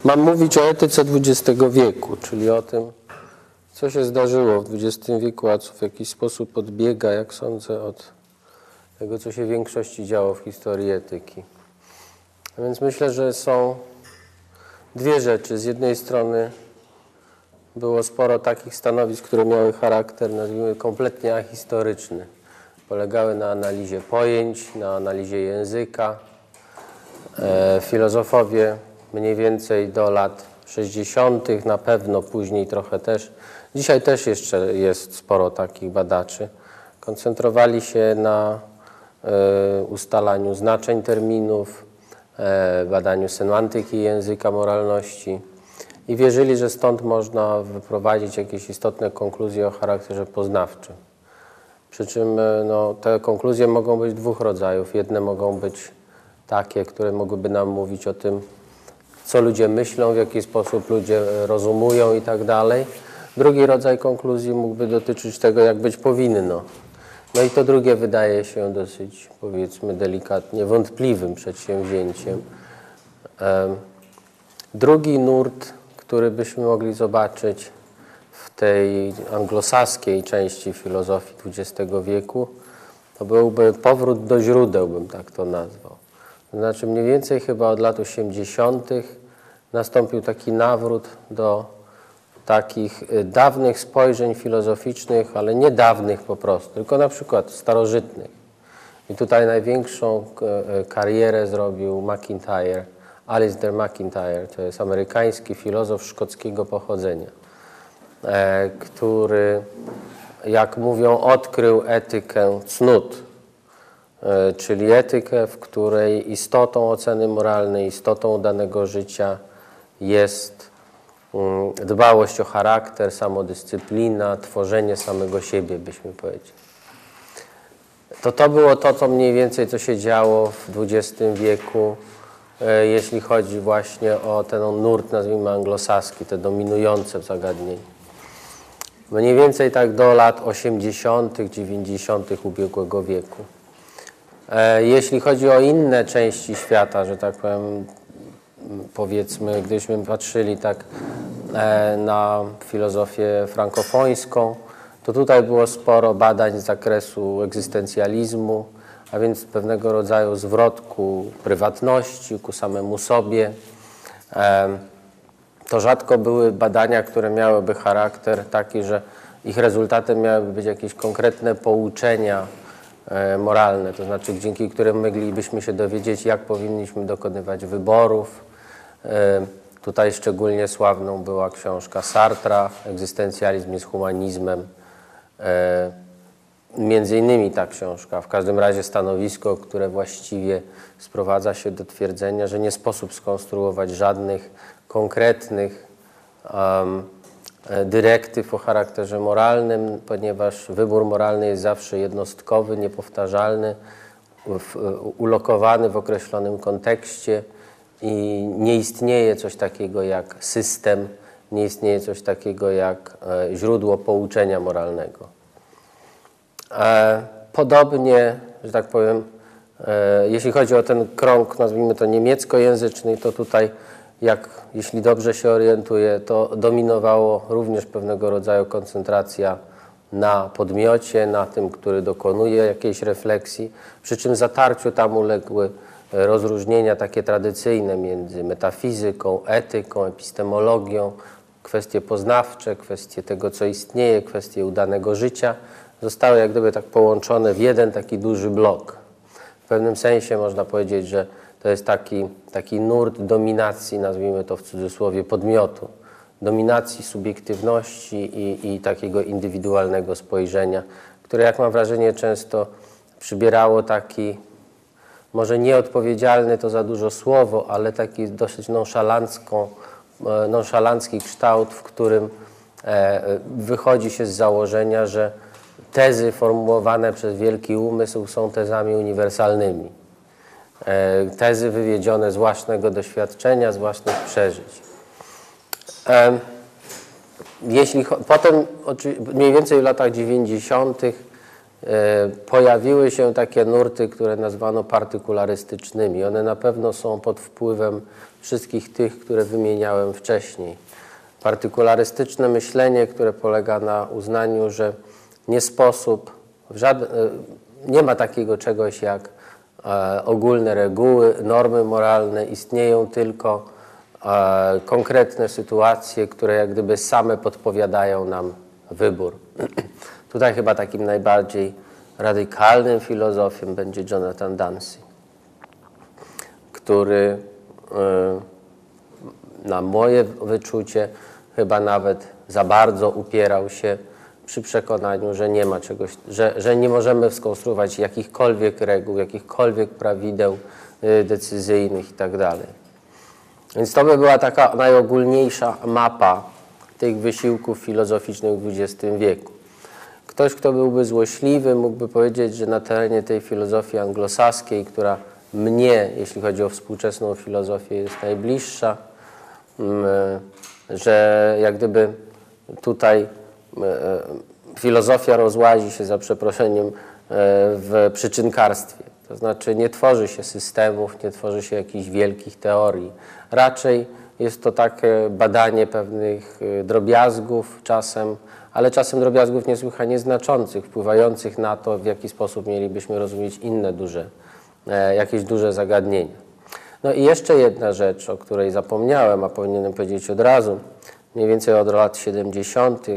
Mam mówić o etyce XX wieku, czyli o tym, co się zdarzyło w XX wieku, a co w jakiś sposób odbiega, jak sądzę, od tego, co się w większości działo w historii etyki. A więc myślę, że są dwie rzeczy. Z jednej strony było sporo takich stanowisk, które miały charakter, nazwijmy, kompletnie ahistoryczny. Polegały na analizie pojęć, na analizie języka. Filozofowie mniej więcej do lat 60., na pewno później trochę też. Dzisiaj też jeszcze jest sporo takich badaczy. Koncentrowali się na ustalaniu znaczeń terminów, badaniu semantyki języka, moralności i wierzyli, że stąd można wyprowadzić jakieś istotne konkluzje o charakterze poznawczym. Przy czym te konkluzje mogą być dwóch rodzajów. Jedne mogą być takie, które mogłyby nam mówić o tym, co ludzie myślą, w jaki sposób ludzie rozumują i tak dalej. Drugi rodzaj konkluzji mógłby dotyczyć tego, jak być powinno. No i to drugie wydaje się dosyć, powiedzmy delikatnie, wątpliwym przedsięwzięciem. Drugi nurt, który byśmy mogli zobaczyć w tej anglosaskiej części filozofii XX wieku, to byłby powrót do źródeł, bym tak to nazwał. To znaczy mniej więcej chyba od lat 80. nastąpił taki nawrót do takich dawnych spojrzeń filozoficznych, ale nie dawnych po prostu, tylko na przykład starożytnych. I tutaj największą karierę zrobił MacIntyre, Alasdair MacIntyre, to jest amerykański filozof szkockiego pochodzenia, który, jak mówią, odkrył etykę cnót, czyli etykę, w której istotą oceny moralnej, istotą danego życia jest dbałość o charakter, samodyscyplina, tworzenie samego siebie, byśmy powiedzieli. To było to, co mniej więcej co się działo w XX wieku, jeśli chodzi właśnie o ten nurt, nazwijmy anglosaski, te dominujące zagadnienia. Mniej więcej tak do lat 80., 90. ubiegłego wieku. Jeśli chodzi o inne części świata, że tak powiem, powiedzmy, gdybyśmy patrzyli tak na filozofię frankofońską, to tutaj było sporo badań z zakresu egzystencjalizmu, a więc pewnego rodzaju zwrot ku prywatności, ku samemu sobie. To rzadko były badania, które miałyby charakter taki, że ich rezultatem miałyby być jakieś konkretne pouczenia moralne, to znaczy dzięki którym moglibyśmy się dowiedzieć, jak powinniśmy dokonywać wyborów. Tutaj szczególnie sławną była książka Sartra, Egzystencjalizm jest humanizmem. Między innymi ta książka, w każdym razie stanowisko, które właściwie sprowadza się do twierdzenia, że nie sposób skonstruować żadnych konkretnych dyrektyw o charakterze moralnym, ponieważ wybór moralny jest zawsze jednostkowy, niepowtarzalny, ulokowany w określonym kontekście i nie istnieje coś takiego jak system, nie istnieje coś takiego jak źródło pouczenia moralnego. Podobnie, że tak powiem, jeśli chodzi o ten krąg, nazwijmy to niemieckojęzyczny, to tutaj, jeśli dobrze się orientuję, to dominowało również pewnego rodzaju koncentracja na podmiocie, na tym, który dokonuje jakiejś refleksji, przy czym zatarciu tam uległy rozróżnienia takie tradycyjne między metafizyką, etyką, epistemologią, kwestie poznawcze, kwestie tego, co istnieje, kwestie udanego życia, zostały jak gdyby tak połączone w jeden taki duży blok. W pewnym sensie można powiedzieć, że to jest taki nurt dominacji, nazwijmy to w cudzysłowie, podmiotu, dominacji subiektywności i takiego indywidualnego spojrzenia, które, jak mam wrażenie, często przybierało taki, może nieodpowiedzialny to za dużo słowo, ale taki dosyć nonszalancki kształt, w którym wychodzi się z założenia, że tezy formułowane przez wielki umysł są tezami uniwersalnymi. Tezy wywiedzione z własnego doświadczenia, z własnych przeżyć. Potem mniej więcej w latach 90. pojawiły się takie nurty, które nazwano partykularystycznymi. One na pewno są pod wpływem wszystkich tych, które wymieniałem wcześniej. Partykularystyczne myślenie, które polega na uznaniu, że nie sposób, nie ma takiego czegoś jak ogólne reguły, normy moralne, istnieją tylko konkretne sytuacje, które jak gdyby same podpowiadają nam wybór. Tutaj chyba takim najbardziej radykalnym filozofem będzie Jonathan Dempsey, który na moje wyczucie chyba nawet za bardzo upierał się przy przekonaniu, że nie ma czegoś, że nie możemy skonstruować jakichkolwiek reguł, jakichkolwiek prawideł decyzyjnych itd. Więc to by była taka najogólniejsza mapa tych wysiłków filozoficznych w XX wieku. Ktoś, kto byłby złośliwy, mógłby powiedzieć, że na terenie tej filozofii anglosaskiej, która mnie, jeśli chodzi o współczesną filozofię, jest najbliższa, że jak gdyby tutaj filozofia rozłazi się, za przeproszeniem, w przyczynkarstwie. To znaczy nie tworzy się systemów, nie tworzy się jakichś wielkich teorii. Raczej jest to takie badanie pewnych drobiazgów czasem, ale czasem drobiazgów niesłychanie znaczących, wpływających na to, w jaki sposób mielibyśmy rozumieć inne jakieś duże zagadnienia. No i jeszcze jedna rzecz, o której zapomniałem, a powinienem powiedzieć od razu. Mniej więcej od lat 70.,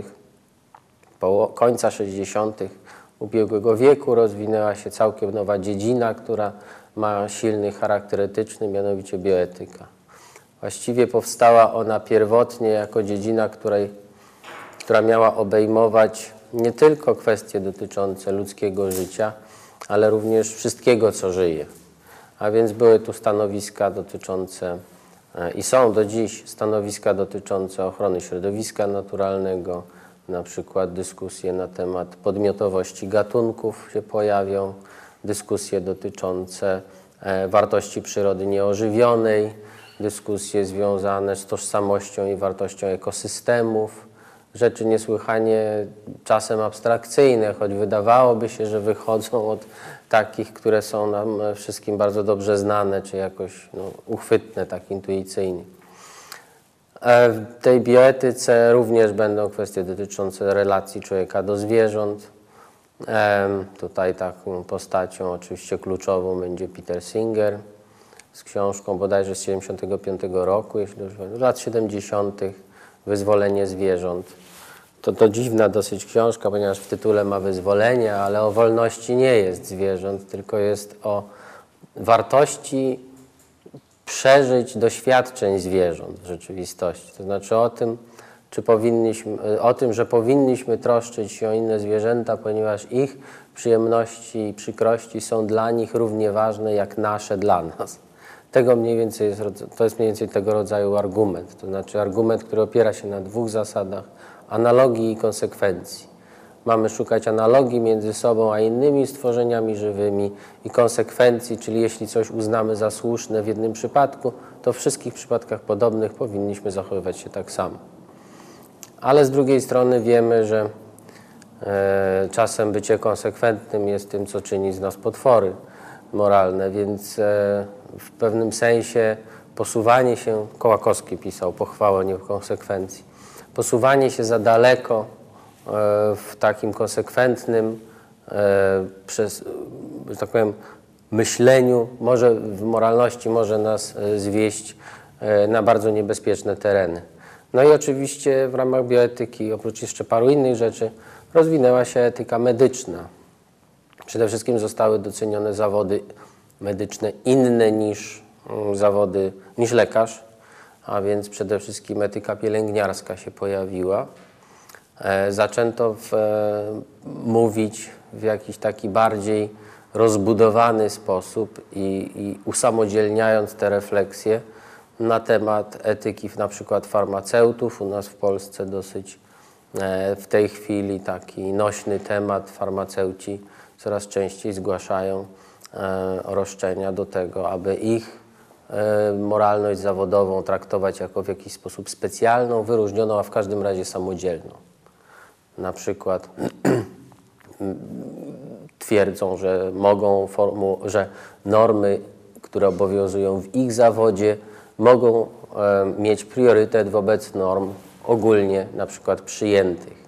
końca 60. ubiegłego wieku rozwinęła się całkiem nowa dziedzina, która ma silny charakter etyczny, mianowicie bioetyka. Właściwie powstała ona pierwotnie jako dziedzina, która miała obejmować nie tylko kwestie dotyczące ludzkiego życia, ale również wszystkiego, co żyje. A więc były tu stanowiska dotyczące, i są do dziś stanowiska dotyczące ochrony środowiska naturalnego, na przykład dyskusje na temat podmiotowości gatunków się pojawią, dyskusje dotyczące wartości przyrody nieożywionej, dyskusje związane z tożsamością i wartością ekosystemów, rzeczy niesłychanie czasem abstrakcyjne, choć wydawałoby się, że wychodzą od takich, które są nam wszystkim bardzo dobrze znane, czy jakoś uchwytne, tak intuicyjnie. W tej bioetyce również będą kwestie dotyczące relacji człowieka do zwierząt. Tutaj taką postacią oczywiście kluczową będzie Peter Singer z książką bodajże z 75 roku, jeśli dobrze pamiętam, lat 70. Wyzwolenie zwierząt. To dziwna dosyć książka, ponieważ w tytule ma wyzwolenie, ale o wolności nie jest zwierząt, tylko jest o wartości przeżyć doświadczeń zwierząt w rzeczywistości. To znaczy o tym, że powinniśmy troszczyć się o inne zwierzęta, ponieważ ich przyjemności i przykrości są dla nich równie ważne jak nasze dla nas. To jest mniej więcej tego rodzaju argument. To znaczy argument, który opiera się na dwóch zasadach: analogii i konsekwencji. Mamy szukać analogii między sobą a innymi stworzeniami żywymi i konsekwencji, czyli jeśli coś uznamy za słuszne w jednym przypadku, to w wszystkich przypadkach podobnych powinniśmy zachowywać się tak samo. Ale z drugiej strony wiemy, że czasem bycie konsekwentnym jest tym, co czyni z nas potwory moralne, więc w pewnym sensie posuwanie się, Kołakowski pisał pochwałę niekonsekwencji, posuwanie się za daleko w takim konsekwentnym, że tak powiem, myśleniu, w moralności może nas zwieść na bardzo niebezpieczne tereny. No i oczywiście w ramach bioetyki, oprócz jeszcze paru innych rzeczy, rozwinęła się etyka medyczna. Przede wszystkim zostały docenione zawody medyczne inne niż lekarz, a więc przede wszystkim etyka pielęgniarska się pojawiła. Zaczęto mówić w jakiś taki bardziej rozbudowany sposób i usamodzielniając te refleksje na temat etyki na przykład farmaceutów. U nas w Polsce dosyć w tej chwili taki nośny temat. Farmaceuci coraz częściej zgłaszają roszczenia do tego, aby ich moralność zawodową traktować jako w jakiś sposób specjalną, wyróżnioną, a w każdym razie samodzielną. Na przykład twierdzą, że że normy, które obowiązują w ich zawodzie, mogą mieć priorytet wobec norm ogólnie na przykład przyjętych.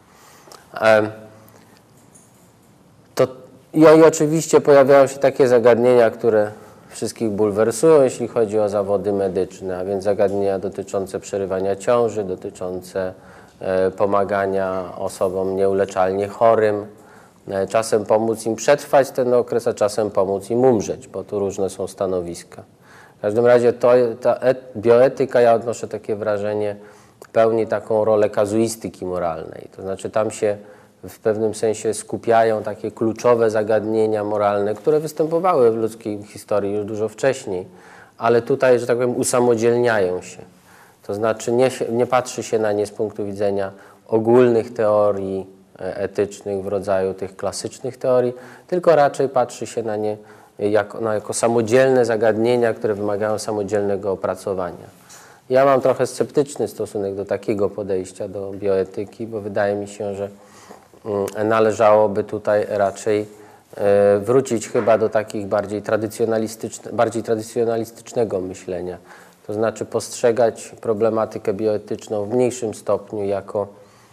I oczywiście pojawiają się takie zagadnienia, które wszystkich bulwersują, jeśli chodzi o zawody medyczne, a więc zagadnienia dotyczące przerywania ciąży, dotyczące pomagania osobom nieuleczalnie chorym, czasem pomóc im przetrwać ten okres, a czasem pomóc im umrzeć, bo tu różne są stanowiska. W każdym razie ta bioetyka, ja odnoszę takie wrażenie, pełni taką rolę kazuistyki moralnej. To znaczy tam się w pewnym sensie skupiają takie kluczowe zagadnienia moralne, które występowały w ludzkiej historii już dużo wcześniej, ale tutaj, że tak powiem, usamodzielniają się. To znaczy nie patrzy się na nie z punktu widzenia ogólnych teorii etycznych w rodzaju tych klasycznych teorii, tylko raczej patrzy się na nie jako samodzielne zagadnienia, które wymagają samodzielnego opracowania. Ja mam trochę sceptyczny stosunek do takiego podejścia do bioetyki, bo wydaje mi się, że należałoby tutaj raczej wrócić chyba do takich bardziej tradycjonalistycznego myślenia. To znaczy postrzegać problematykę bioetyczną w mniejszym stopniu jako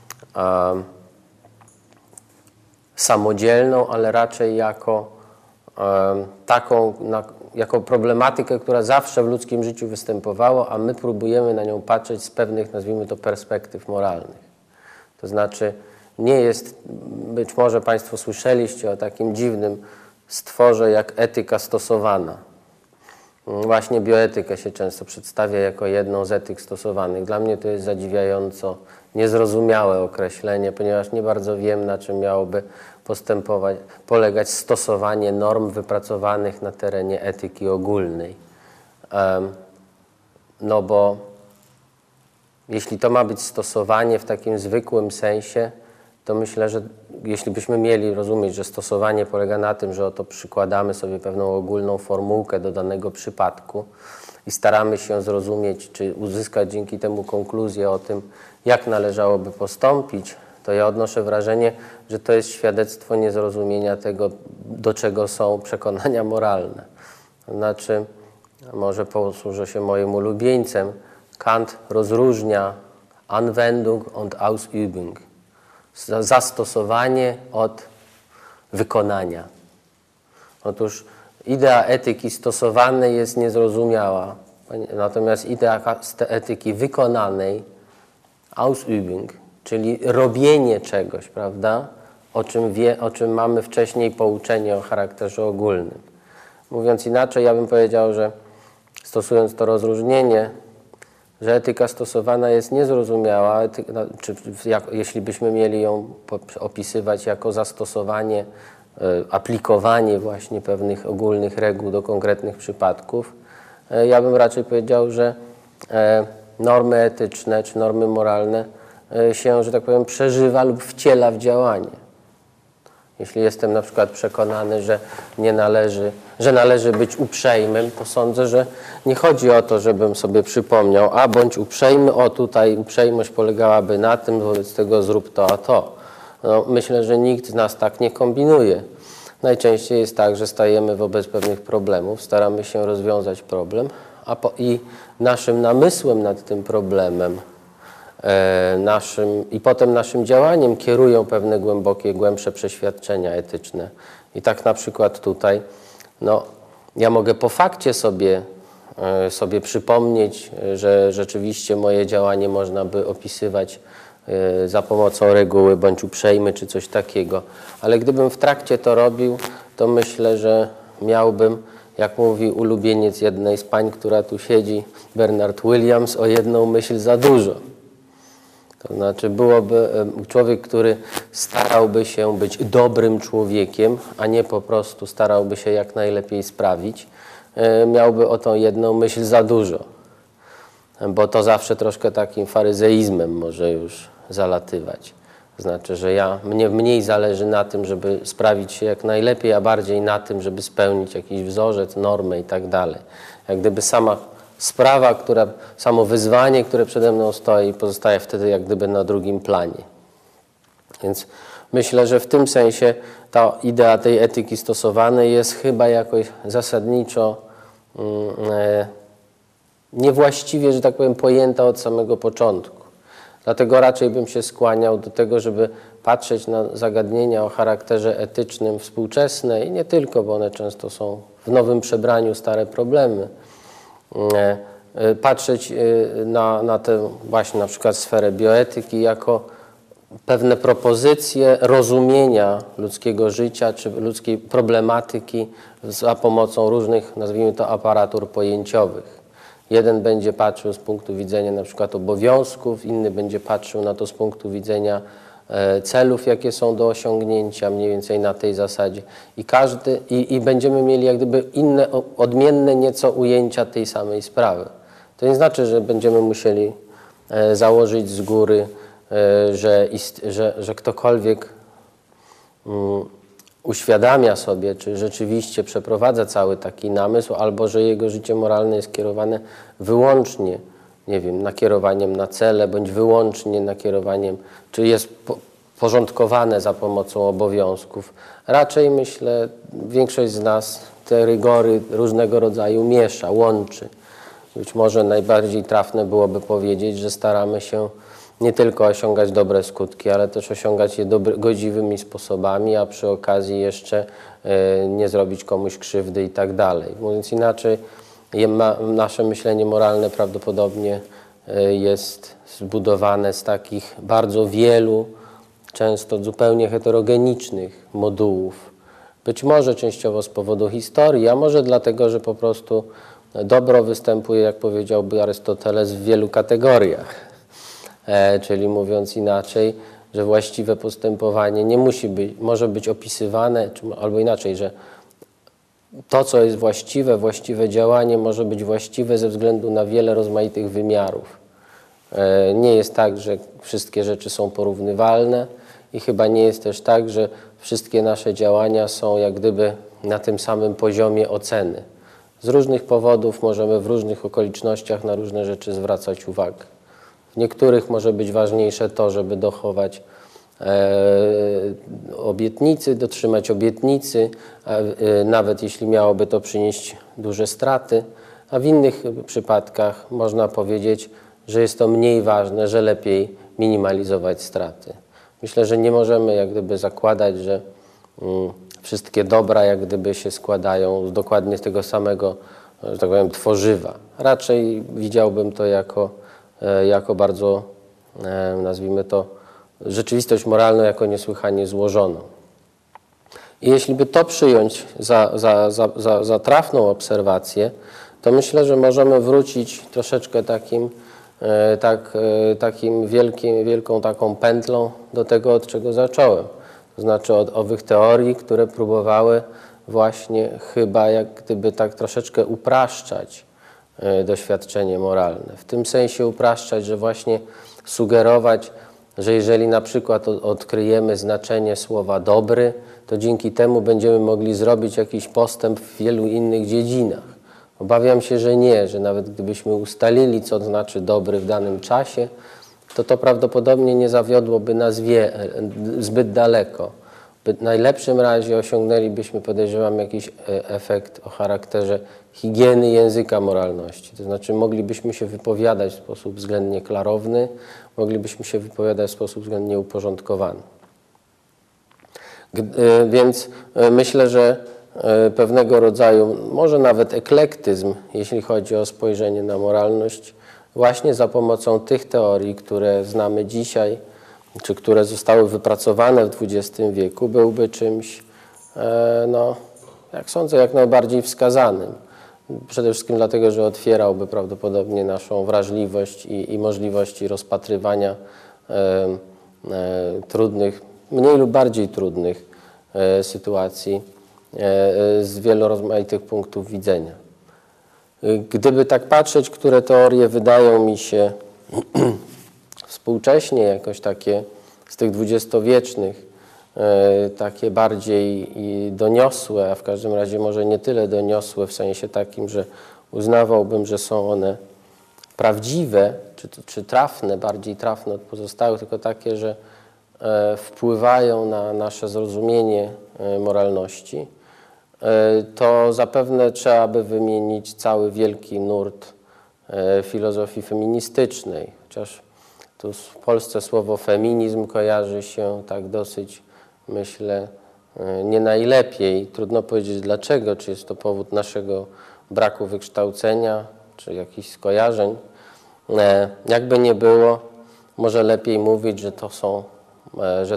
samodzielną, ale raczej jako jako problematykę, która zawsze w ludzkim życiu występowała, a my próbujemy na nią patrzeć z pewnych, nazwijmy to, perspektyw moralnych. To znaczy nie jest, być może Państwo słyszeliście o takim dziwnym stworze jak etyka stosowana. Właśnie bioetykę się często przedstawia jako jedną z etyk stosowanych. Dla mnie to jest zadziwiająco niezrozumiałe określenie, ponieważ nie bardzo wiem, na czym miałoby polegać stosowanie norm wypracowanych na terenie etyki ogólnej. No bo jeśli to ma być stosowanie w takim zwykłym sensie, to myślę, że jeśli byśmy mieli rozumieć, że stosowanie polega na tym, że oto przykładamy sobie pewną ogólną formułkę do danego przypadku i staramy się zrozumieć, czy uzyskać dzięki temu konkluzję o tym, jak należałoby postąpić, to ja odnoszę wrażenie, że to jest świadectwo niezrozumienia tego, do czego są przekonania moralne. To znaczy, może posłużę się moim ulubieńcem, Kant rozróżnia Anwendung und Ausübung. Zastosowanie od wykonania. Otóż idea etyki stosowanej jest niezrozumiała, natomiast idea etyki wykonanej, Ausübung, czyli robienie czegoś, prawda, o czym mamy wcześniej pouczenie o charakterze ogólnym. Mówiąc inaczej, ja bym powiedział, że stosując to rozróżnienie, że etyka stosowana jest niezrozumiała, jeśli byśmy mieli ją opisywać jako zastosowanie, aplikowanie właśnie pewnych ogólnych reguł do konkretnych przypadków, ja bym raczej powiedział, że normy etyczne czy normy moralne się, że tak powiem, przeżywa lub wciela w działanie. Jeśli jestem na przykład przekonany, że należy być uprzejmym, to sądzę, że nie chodzi o to, żebym sobie przypomniał, bądź uprzejmy, tutaj uprzejmość polegałaby na tym, wobec tego zrób to, a to. No, myślę, że nikt z nas tak nie kombinuje. Najczęściej jest tak, że stajemy wobec pewnych problemów, staramy się rozwiązać problem, i naszym namysłem nad tym problemem i potem naszym działaniem kierują pewne głębsze przeświadczenia etyczne. I tak na przykład tutaj, ja mogę po fakcie sobie przypomnieć, że rzeczywiście moje działanie można by opisywać za pomocą reguły bądź uprzejmy czy coś takiego. Ale gdybym w trakcie to robił, to myślę, że miałbym, jak mówi ulubieniec jednej z pań, która tu siedzi, Bernard Williams, o jedną myśl za dużo. To znaczy byłoby człowiek, który starałby się być dobrym człowiekiem, a nie po prostu starałby się jak najlepiej sprawić, miałby o tą jedną myśl za dużo. Bo to zawsze troszkę takim faryzeizmem może już zalatywać. To znaczy, że mnie mniej zależy na tym, żeby sprawić się jak najlepiej, a bardziej na tym, żeby spełnić jakiś wzorzec, normę i tak dalej. Jak gdyby sama sprawa, samo wyzwanie, które przede mną stoi, pozostaje wtedy jak gdyby na drugim planie. Więc myślę, że w tym sensie ta idea tej etyki stosowanej jest chyba jakoś zasadniczo niewłaściwie, że tak powiem, pojęta od samego początku. Dlatego raczej bym się skłaniał do tego, żeby patrzeć na zagadnienia o charakterze etycznym współczesne i nie tylko, bo one często są w nowym przebraniu stare problemy. Patrzeć na tę właśnie na przykład sferę bioetyki jako pewne propozycje rozumienia ludzkiego życia czy ludzkiej problematyki za pomocą różnych, nazwijmy to, aparatur pojęciowych. Jeden będzie patrzył z punktu widzenia na przykład obowiązków, inny będzie patrzył na to z punktu widzenia celów, jakie są do osiągnięcia, mniej więcej na tej zasadzie. I będziemy mieli jak gdyby inne, odmienne nieco ujęcia tej samej sprawy. To nie znaczy, że będziemy musieli założyć z góry, że ktokolwiek uświadamia sobie, czy rzeczywiście przeprowadza cały taki namysł, albo że jego życie moralne jest kierowane wyłącznie, nie wiem, nakierowaniem na cele, bądź wyłącznie nakierowaniem, czy jest porządkowane za pomocą obowiązków. Raczej myślę, większość z nas te rygory różnego rodzaju miesza, łączy. Być może najbardziej trafne byłoby powiedzieć, że staramy się nie tylko osiągać dobre skutki, ale też osiągać je godziwymi sposobami, a przy okazji jeszcze nie zrobić komuś krzywdy i tak dalej. Mówiąc inaczej, nasze myślenie moralne prawdopodobnie jest zbudowane z takich bardzo wielu, często zupełnie heterogenicznych modułów. Być może częściowo z powodu historii, a może dlatego, że po prostu dobro występuje, jak powiedziałby Arystoteles, w wielu kategoriach. Czyli mówiąc inaczej, że właściwe postępowanie nie musi być, może być opisywane, albo inaczej, że to, co jest właściwe działanie może być właściwe ze względu na wiele rozmaitych wymiarów. Nie jest tak, że wszystkie rzeczy są porównywalne i chyba nie jest też tak, że wszystkie nasze działania są jak gdyby na tym samym poziomie oceny. Z różnych powodów możemy w różnych okolicznościach na różne rzeczy zwracać uwagę. W niektórych może być ważniejsze to, żeby dochować obietnicy, dotrzymać obietnicy, nawet jeśli miałoby to przynieść duże straty, a w innych przypadkach można powiedzieć, że jest to mniej ważne, że lepiej minimalizować straty. Myślę, że nie możemy jak gdyby zakładać, że wszystkie dobra jak gdyby się składają z dokładnie tego samego, że tak powiem, tworzywa. Raczej widziałbym to jako bardzo, nazwijmy to, rzeczywistość moralną jako niesłychanie złożoną. I jeśli by to przyjąć za trafną obserwację, to myślę, że możemy wrócić troszeczkę wielką taką pętlą do tego, od czego zacząłem. To znaczy od owych teorii, które próbowały właśnie chyba jak gdyby tak troszeczkę upraszczać doświadczenie moralne. W tym sensie upraszczać, że właśnie sugerować, że jeżeli na przykład odkryjemy znaczenie słowa dobry, to dzięki temu będziemy mogli zrobić jakiś postęp w wielu innych dziedzinach. Obawiam się, że nie, że nawet gdybyśmy ustalili, co znaczy dobry w danym czasie, to prawdopodobnie nie zawiodłoby nas zbyt daleko. W najlepszym razie osiągnęlibyśmy, podejrzewam, jakiś efekt o charakterze higieny języka moralności. To znaczy moglibyśmy się wypowiadać w sposób względnie klarowny, moglibyśmy się wypowiadać w sposób względnie uporządkowany. Więc myślę, że pewnego rodzaju, może nawet eklektyzm, jeśli chodzi o spojrzenie na moralność, właśnie za pomocą tych teorii, które znamy dzisiaj, czy które zostały wypracowane w XX wieku, byłby czymś, no, jak sądzę, jak najbardziej wskazanym. Przede wszystkim dlatego, że otwierałby prawdopodobnie naszą wrażliwość i możliwości rozpatrywania trudnych, mniej lub bardziej trudnych sytuacji z wielu rozmaitych punktów widzenia. Gdyby tak patrzeć, które teorie wydają mi się współcześnie jakoś takie z tych dwudziestowiecznych, takie bardziej doniosłe, a w każdym razie może nie tyle doniosłe w sensie takim, że uznawałbym, że są one prawdziwe, czy trafne, bardziej trafne od pozostałych, tylko takie, że wpływają na nasze zrozumienie moralności, to zapewne trzeba by wymienić cały wielki nurt filozofii feministycznej. Chociaż tu w Polsce słowo feminizm kojarzy się tak dosyć, myślę, nie najlepiej. Trudno powiedzieć dlaczego, czy jest to powód naszego braku wykształcenia, czy jakichś skojarzeń. Jakby nie było, może lepiej mówić, że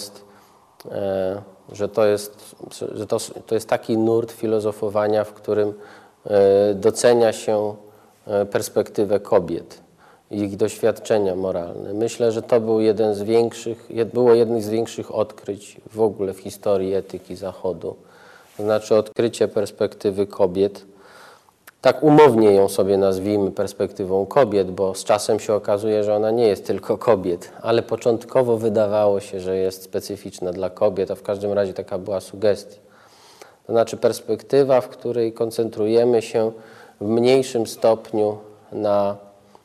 to jest taki nurt filozofowania, w którym docenia się perspektywę kobiet i ich doświadczenia moralne. Myślę, że to był było jednym z większych odkryć w ogóle w historii etyki Zachodu. To znaczy odkrycie perspektywy kobiet. Tak umownie ją sobie nazwijmy perspektywą kobiet, bo z czasem się okazuje, że ona nie jest tylko kobiet, ale początkowo wydawało się, że jest specyficzna dla kobiet, a w każdym razie taka była sugestia. To znaczy perspektywa, w której koncentrujemy się w mniejszym stopniu na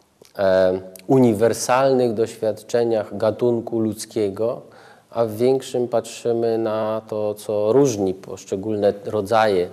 uniwersalnych doświadczeniach gatunku ludzkiego, a w większym patrzymy na to, co różni poszczególne rodzaje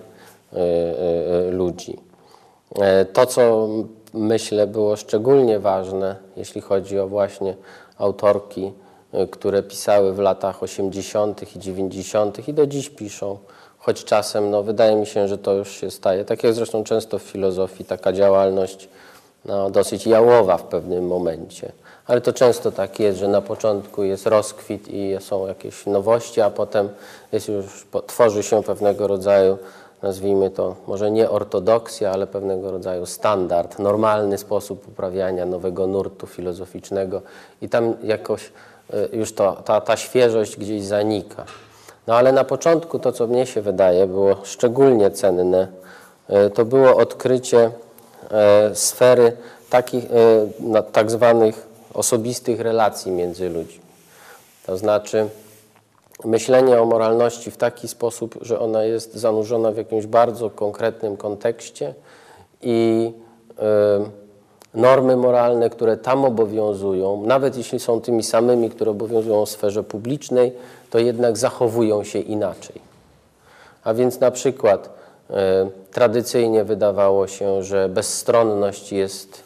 ludzi. To, co myślę było szczególnie ważne, jeśli chodzi o właśnie autorki, które pisały w latach 80. i 90. i do dziś piszą, choć czasem wydaje mi się, że to już się staje, tak jak zresztą często w filozofii, taka działalność dosyć jałowa w pewnym momencie. Ale to często tak jest, że na początku jest rozkwit i są jakieś nowości, a potem tworzy się pewnego rodzaju, nazwijmy to może nie ortodoksja, ale pewnego rodzaju standard, normalny sposób uprawiania nowego nurtu filozoficznego i tam jakoś już ta świeżość gdzieś zanika. No ale na początku to, co mnie się wydaje, było szczególnie cenne, to było odkrycie sfery takich tak zwanych osobistych relacji między ludźmi. To znaczy myślenie o moralności w taki sposób, że ona jest zanurzona w jakimś bardzo konkretnym kontekście i normy moralne, które tam obowiązują, nawet jeśli są tymi samymi, które obowiązują w sferze publicznej, to jednak zachowują się inaczej. A więc na przykład tradycyjnie wydawało się, że bezstronność jest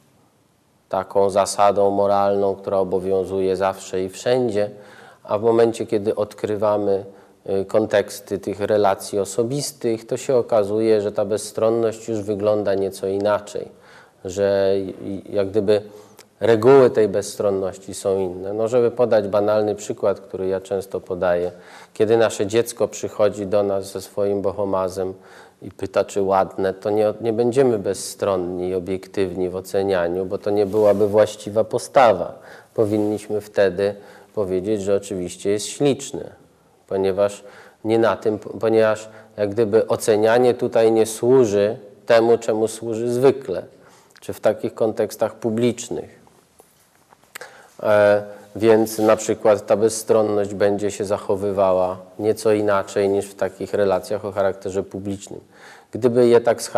taką zasadą moralną, która obowiązuje zawsze i wszędzie, a w momencie, kiedy odkrywamy konteksty tych relacji osobistych, to się okazuje, że ta bezstronność już wygląda nieco inaczej, że jak gdyby reguły tej bezstronności są inne. No, żeby podać banalny przykład, który ja często podaję, kiedy nasze dziecko przychodzi do nas ze swoim bohomazem i pyta, czy ładne, to nie będziemy bezstronni i obiektywni w ocenianiu, bo to nie byłaby właściwa postawa. Powinniśmy wtedy powiedzieć, że oczywiście jest śliczny, ponieważ jak gdyby ocenianie tutaj nie służy temu, czemu służy zwykle, czy w takich kontekstach publicznych. Więc na przykład ta bezstronność będzie się zachowywała nieco inaczej niż w takich relacjach o charakterze publicznym. Gdyby je tak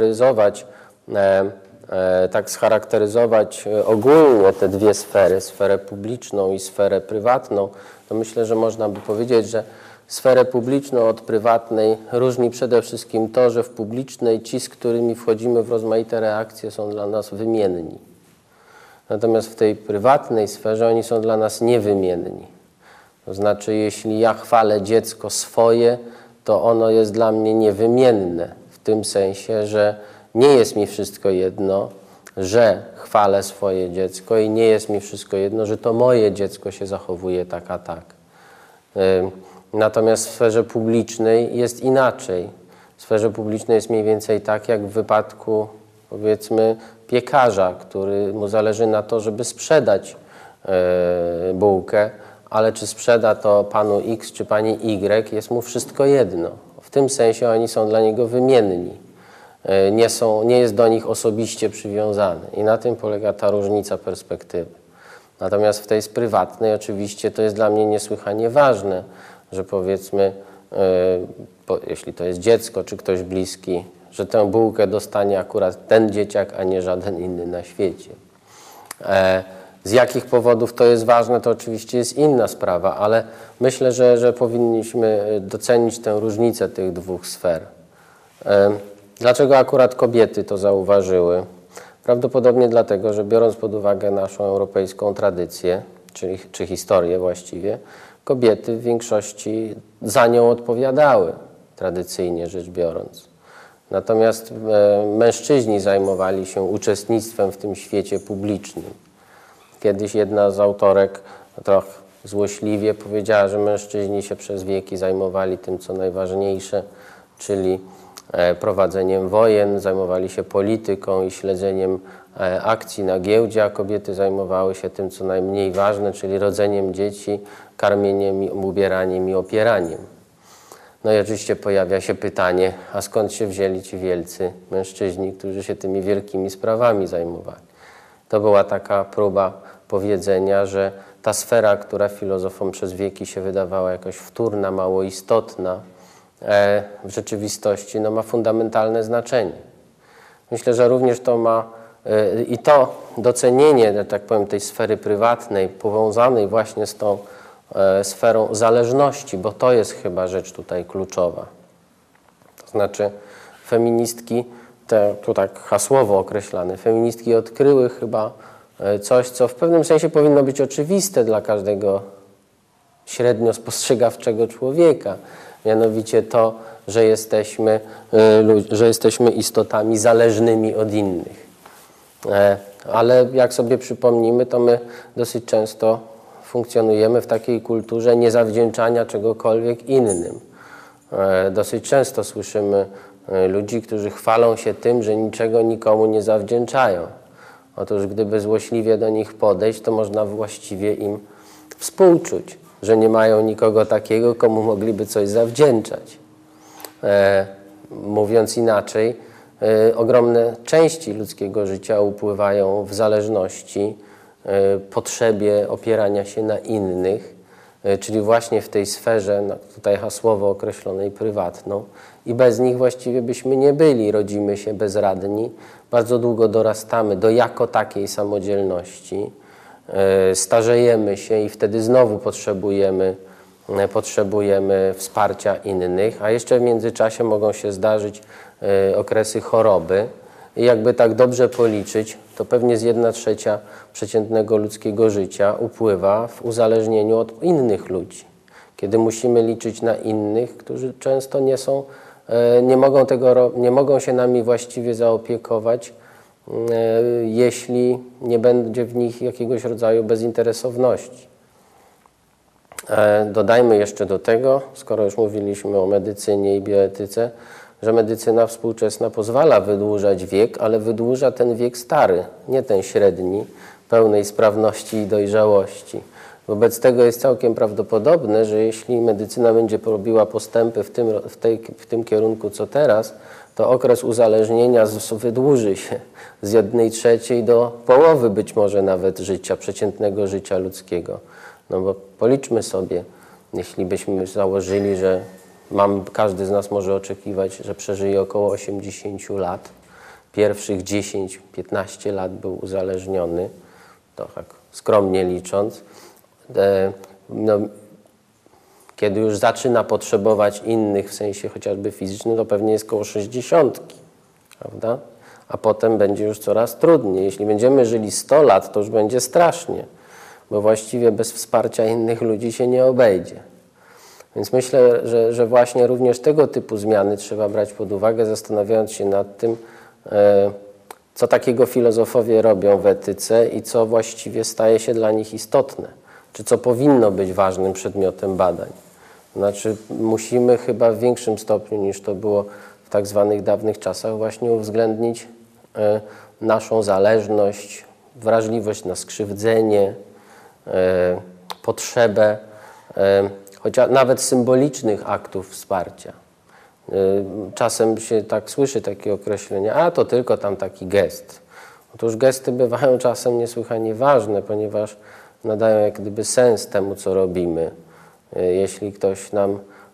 scharakteryzować ogólnie te dwie sfery, sferę publiczną i sferę prywatną, to myślę, że można by powiedzieć, że sferę publiczną od prywatnej różni przede wszystkim to, że w publicznej ci, z którymi wchodzimy w rozmaite reakcje, są dla nas wymienni. Natomiast w tej prywatnej sferze oni są dla nas niewymienni. To znaczy, jeśli ja chwalę dziecko swoje, to ono jest dla mnie niewymienne. W tym sensie, że nie jest mi wszystko jedno, że chwalę swoje dziecko i nie jest mi wszystko jedno, że to moje dziecko się zachowuje tak a tak. Natomiast w sferze publicznej jest inaczej. W sferze publicznej jest mniej więcej tak, jak w wypadku, powiedzmy, piekarza, który mu zależy na to, żeby sprzedać bułkę, ale czy sprzeda to panu X czy pani Y, jest mu wszystko jedno. W tym sensie oni są dla niego wymienni. Nie jest do nich osobiście przywiązany. I na tym polega ta różnica perspektywy. Natomiast w tej prywatnej oczywiście to jest dla mnie niesłychanie ważne, że powiedzmy, jeśli to jest dziecko czy ktoś bliski, że tę bułkę dostanie akurat ten dzieciak, a nie żaden inny na świecie. Z jakich powodów to jest ważne, to oczywiście jest inna sprawa, ale myślę, że powinniśmy docenić tę różnicę tych dwóch sfer. Dlaczego akurat kobiety to zauważyły? Prawdopodobnie dlatego, że biorąc pod uwagę naszą europejską tradycję, czy historię właściwie, kobiety w większości za nią odpowiadały, tradycyjnie rzecz biorąc. Natomiast mężczyźni zajmowali się uczestnictwem w tym świecie publicznym. Kiedyś jedna z autorek trochę złośliwie powiedziała, że mężczyźni się przez wieki zajmowali tym, co najważniejsze, czyli prowadzeniem wojen, zajmowali się polityką i śledzeniem akcji na giełdzie, a kobiety zajmowały się tym, co najmniej ważne, czyli rodzeniem dzieci, karmieniem, ubieraniem i opieraniem. No i oczywiście pojawia się pytanie, a skąd się wzięli ci wielcy mężczyźni, którzy się tymi wielkimi sprawami zajmowali? To była taka próba powiedzenia, że ta sfera, która filozofom przez wieki się wydawała jakoś wtórna, mało istotna, w rzeczywistości ma fundamentalne znaczenie. Myślę, że również to ma i to docenienie, że tak powiem, tej sfery prywatnej, powiązanej właśnie z tą sferą zależności, bo to jest chyba rzecz tutaj kluczowa. To znaczy feministki, tu tak hasłowo określane, feministki odkryły chyba coś, co w pewnym sensie powinno być oczywiste dla każdego średnio spostrzegawczego człowieka. Mianowicie to, że jesteśmy istotami zależnymi od innych. Ale jak sobie przypomnimy, to my dosyć często funkcjonujemy w takiej kulturze niezawdzięczania czegokolwiek innym. Dosyć często słyszymy ludzi, którzy chwalą się tym, że niczego nikomu nie zawdzięczają. Otóż gdyby złośliwie do nich podejść, to można właściwie im współczuć, że nie mają nikogo takiego, komu mogliby coś zawdzięczać. Mówiąc inaczej, ogromne części ludzkiego życia upływają w zależności, potrzebie opierania się na innych, czyli właśnie w tej sferze, tutaj hasłowo określonej prywatną, i bez nich właściwie byśmy nie byli, rodzimy się bezradni, bardzo długo dorastamy do jako takiej samodzielności, starzejemy się i wtedy znowu potrzebujemy wsparcia innych, a jeszcze w międzyczasie mogą się zdarzyć okresy choroby. I jakby tak dobrze policzyć, to pewnie z 1/3 przeciętnego ludzkiego życia upływa w uzależnieniu od innych ludzi. Kiedy musimy liczyć na innych, którzy często nie mogą się nami właściwie zaopiekować, jeśli nie będzie w nich jakiegoś rodzaju bezinteresowności. Dodajmy jeszcze do tego, skoro już mówiliśmy o medycynie i bioetyce, że medycyna współczesna pozwala wydłużać wiek, ale wydłuża ten wiek stary, nie ten średni, pełnej sprawności i dojrzałości. Wobec tego jest całkiem prawdopodobne, że jeśli medycyna będzie robiła postępy w tym kierunku co teraz, to okres uzależnienia wydłuży się z 1/3 do połowy być może nawet życia, przeciętnego życia ludzkiego. No bo policzmy sobie, jeśli byśmy założyli, że każdy z nas może oczekiwać, że przeżyje około 80 lat. Pierwszych 10-15 lat był uzależniony, to tak skromnie licząc. Kiedy już zaczyna potrzebować innych w sensie chociażby fizycznym, to pewnie jest koło 60, prawda? A potem będzie już coraz trudniej. Jeśli będziemy żyli 100 lat, to już będzie strasznie, bo właściwie bez wsparcia innych ludzi się nie obejdzie. Więc myślę, że właśnie również tego typu zmiany trzeba brać pod uwagę, zastanawiając się nad tym, co takiego filozofowie robią w etyce i co właściwie staje się dla nich istotne, czy co powinno być ważnym przedmiotem badań. Znaczy musimy chyba w większym stopniu niż to było w tak zwanych dawnych czasach właśnie uwzględnić naszą zależność, wrażliwość na skrzywdzenie, potrzebę chociaż nawet symbolicznych aktów wsparcia. Czasem się tak słyszy takie określenie, a to tylko tam taki gest. Otóż gesty bywają czasem niesłychanie ważne, ponieważ nadają jak gdyby sens temu, co robimy. Jeśli ktoś nam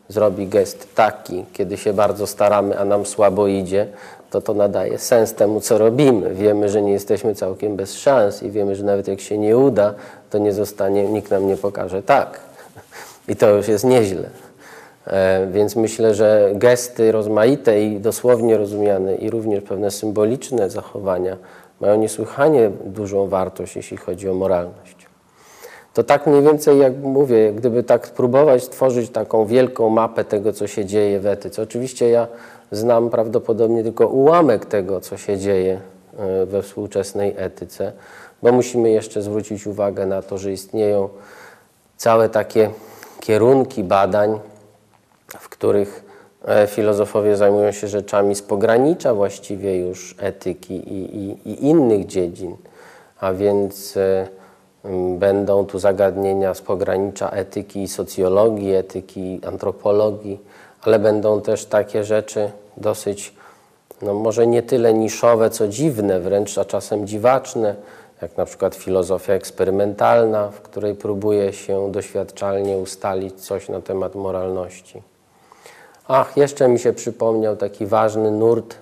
zrobi gest taki, kiedy się bardzo staramy, a nam słabo idzie, to nadaje sens temu, co robimy. Wiemy, że nie jesteśmy całkiem bez szans i wiemy, że nawet jak się nie uda, to nie zostanie, nikt nam nie pokaże tak. I to już jest nieźle. Więc myślę, że gesty rozmaite i dosłownie rozumiane i również pewne symboliczne zachowania mają niesłychanie dużą wartość, jeśli chodzi o moralność. To tak mniej więcej, jak mówię, gdyby tak spróbować stworzyć taką wielką mapę tego, co się dzieje w etyce. Oczywiście ja znam prawdopodobnie tylko ułamek tego, co się dzieje we współczesnej etyce, bo musimy jeszcze zwrócić uwagę na to, że istnieją całe takie kierunki badań, w których filozofowie zajmują się rzeczami z pogranicza właściwie już etyki i innych dziedzin, a więc będą tu zagadnienia z pogranicza etyki i socjologii, etyki i antropologii, ale będą też takie rzeczy dosyć, no może nie tyle niszowe, co dziwne wręcz, a czasem dziwaczne, jak na przykład filozofia eksperymentalna, w której próbuje się doświadczalnie ustalić coś na temat moralności. Ach, jeszcze mi się przypomniał taki ważny nurt,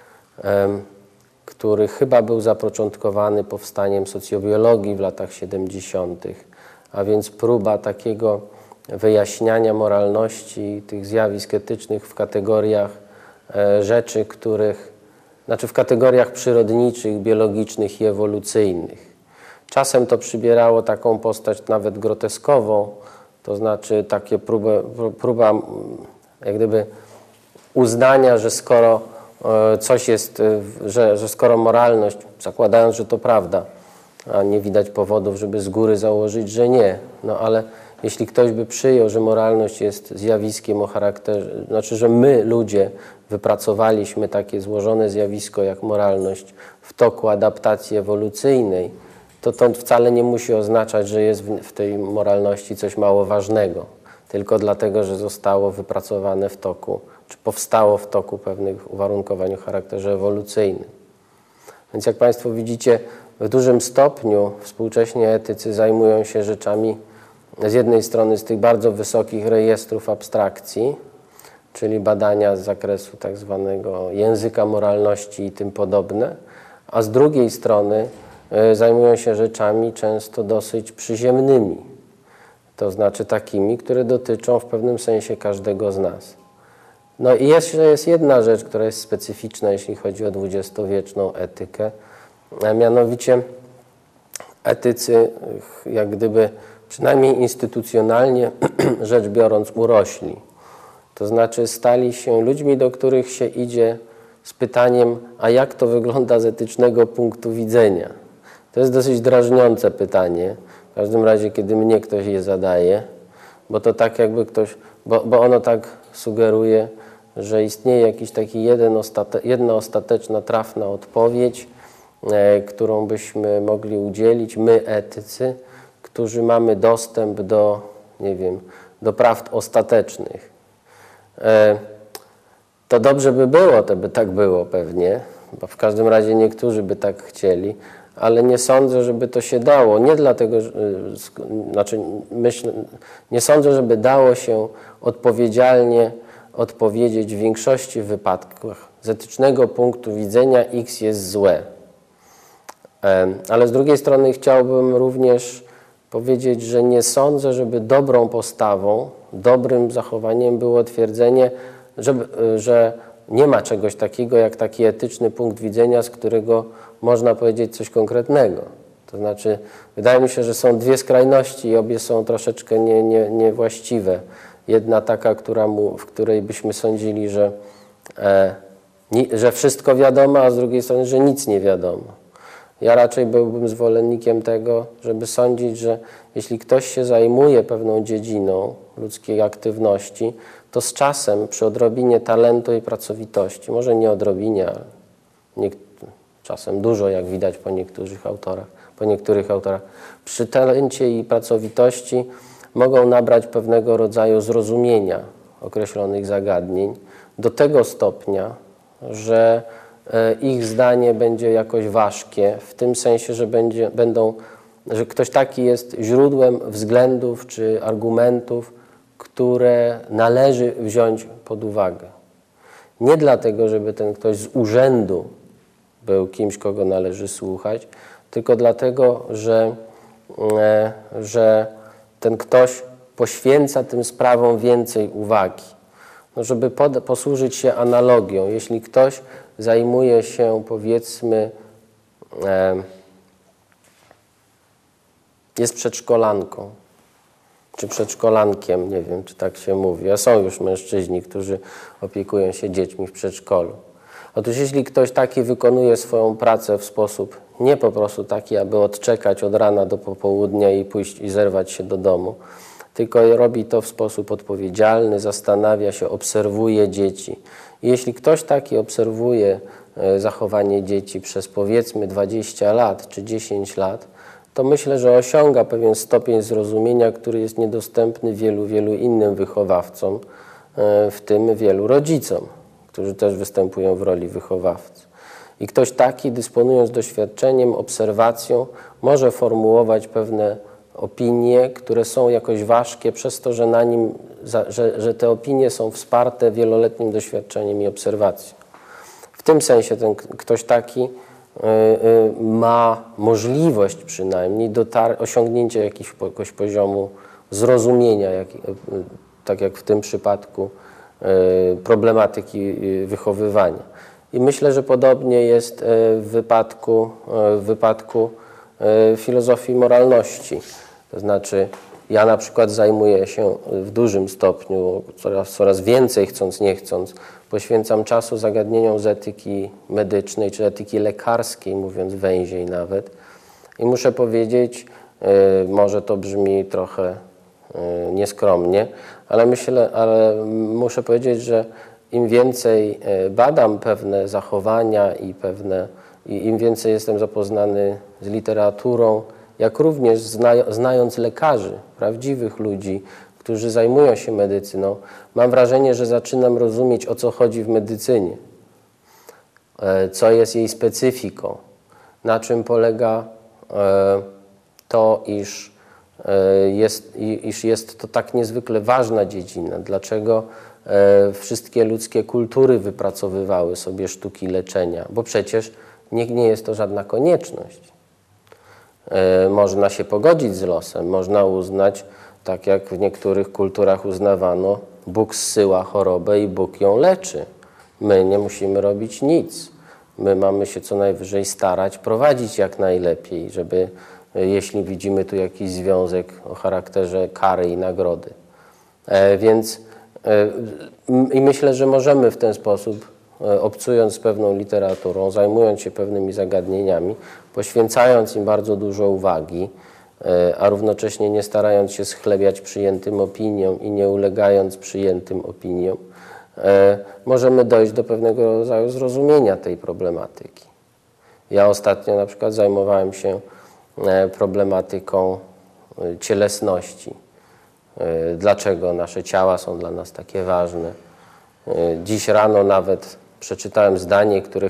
który chyba był zapoczątkowany powstaniem socjobiologii w latach 70., a więc próba takiego wyjaśniania moralności tych zjawisk etycznych w kategoriach rzeczy, w kategoriach przyrodniczych, biologicznych i ewolucyjnych. Czasem to przybierało taką postać nawet groteskową, to znaczy takie próba jak gdyby uznania, że skoro coś jest, że skoro moralność, zakładając, że to prawda, a nie widać powodów, żeby z góry założyć, że nie, no ale jeśli ktoś by przyjął, że moralność jest zjawiskiem o charakterze, znaczy, że my, ludzie, wypracowaliśmy takie złożone zjawisko jak moralność w toku adaptacji ewolucyjnej, to wcale nie musi oznaczać, że jest w tej moralności coś mało ważnego, tylko dlatego, że zostało wypracowane w toku, czy powstało w toku pewnych uwarunkowań o charakterze ewolucyjnym. Więc jak Państwo widzicie, w dużym stopniu współcześni etycy zajmują się rzeczami z jednej strony z tych bardzo wysokich rejestrów abstrakcji, czyli badania z zakresu tak zwanego języka moralności i tym podobne, a z drugiej strony zajmują się rzeczami często dosyć przyziemnymi, to znaczy takimi, które dotyczą w pewnym sensie każdego z nas. No i jeszcze jest jedna rzecz, która jest specyficzna, jeśli chodzi o dwudziestowieczną etykę, a mianowicie etycy jak gdyby przynajmniej instytucjonalnie rzecz biorąc urośli. To znaczy stali się ludźmi, do których się idzie z pytaniem, a jak to wygląda z etycznego punktu widzenia? To jest dosyć drażniące pytanie, w każdym razie kiedy mnie ktoś je zadaje, bo to tak jakby bo ono tak sugeruje, że istnieje jakiś taki jedna ostateczna, trafna odpowiedź, którą byśmy mogli udzielić, my etycy, którzy mamy dostęp do, nie wiem, do prawd ostatecznych. To dobrze by było, to by tak było pewnie, bo w każdym razie niektórzy by tak chcieli, ale nie sądzę, żeby to się dało. Nie dlatego, nie sądzę, żeby dało się odpowiedzialnie odpowiedzieć w większości wypadków. Z etycznego punktu widzenia X jest złe. Ale z drugiej strony chciałbym również powiedzieć, że nie sądzę, żeby dobrą postawą, dobrym zachowaniem było twierdzenie, że nie ma czegoś takiego jak taki etyczny punkt widzenia, z którego można powiedzieć coś konkretnego. To znaczy, wydaje mi się, że są dwie skrajności i obie są troszeczkę niewłaściwe. Jedna taka, w której byśmy sądzili, że wszystko wiadomo, a z drugiej strony, że nic nie wiadomo. Ja raczej byłbym zwolennikiem tego, żeby sądzić, że jeśli ktoś się zajmuje pewną dziedziną ludzkiej aktywności, to z czasem przy odrobinie talentu i pracowitości, może nie odrobinie, ale czasem dużo, jak widać po niektórych autorach, przy talencie i pracowitości mogą nabrać pewnego rodzaju zrozumienia określonych zagadnień do tego stopnia, że ich zdanie będzie jakoś ważkie, w tym sensie, że ktoś taki jest źródłem względów czy argumentów, które należy wziąć pod uwagę. Nie dlatego, żeby ten ktoś z urzędu był kimś, kogo należy słuchać, tylko dlatego, że ten ktoś poświęca tym sprawom więcej uwagi. No, żeby posłużyć się analogią, jeśli ktoś zajmuje się, powiedzmy, jest przedszkolanką, czy przedszkolankiem, nie wiem, czy tak się mówi, a są już mężczyźni, którzy opiekują się dziećmi w przedszkolu. Otóż jeśli ktoś taki wykonuje swoją pracę w sposób nie po prostu taki, aby odczekać od rana do popołudnia i pójść i zerwać się do domu, tylko robi to w sposób odpowiedzialny, zastanawia się, obserwuje dzieci. I jeśli ktoś taki obserwuje zachowanie dzieci przez powiedzmy 20 lat czy 10 lat, to myślę, że osiąga pewien stopień zrozumienia, który jest niedostępny wielu innym wychowawcom, w tym wielu rodzicom, którzy też występują w roli wychowawcy. I ktoś taki, dysponując doświadczeniem, obserwacją, może formułować pewne opinie, które są jakoś ważkie przez to, że na nim, że te opinie są wsparte wieloletnim doświadczeniem i obserwacją. W tym sensie ten ktoś taki ma możliwość przynajmniej osiągnięcia jakiegoś poziomu zrozumienia, tak jak w tym przypadku problematyki wychowywania. I myślę, że podobnie jest w wypadku filozofii moralności. To znaczy, ja na przykład zajmuję się w dużym stopniu, coraz więcej, chcąc nie chcąc, poświęcam czasu zagadnieniom z etyki medycznej czy etyki lekarskiej, mówiąc węziej nawet. I muszę powiedzieć, może to brzmi trochę nieskromnie, ale muszę powiedzieć, że im więcej badam pewne zachowania i im więcej jestem zapoznany z literaturą, jak również znając lekarzy, prawdziwych ludzi, którzy zajmują się medycyną, mam wrażenie, że zaczynam rozumieć, o co chodzi w medycynie, co jest jej specyfiką, na czym polega to, iż jest to tak niezwykle ważna dziedzina, dlaczego wszystkie ludzkie kultury wypracowywały sobie sztuki leczenia, bo przecież nie jest to żadna konieczność. Można się pogodzić z losem, można uznać, tak jak w niektórych kulturach uznawano, Bóg zsyła chorobę i Bóg ją leczy. My nie musimy robić nic. My mamy się co najwyżej starać, prowadzić jak najlepiej, żeby, jeśli widzimy tu jakiś związek o charakterze kary i nagrody. I myślę, że możemy w ten sposób, obcując z pewną literaturą, zajmując się pewnymi zagadnieniami, poświęcając im bardzo dużo uwagi, a równocześnie nie starając się schlebiać przyjętym opiniom i nie ulegając przyjętym opiniom, możemy dojść do pewnego rodzaju zrozumienia tej problematyki. Ja ostatnio na przykład zajmowałem się problematyką cielesności. Dlaczego nasze ciała są dla nas takie ważne. Dziś rano nawet przeczytałem zdanie, które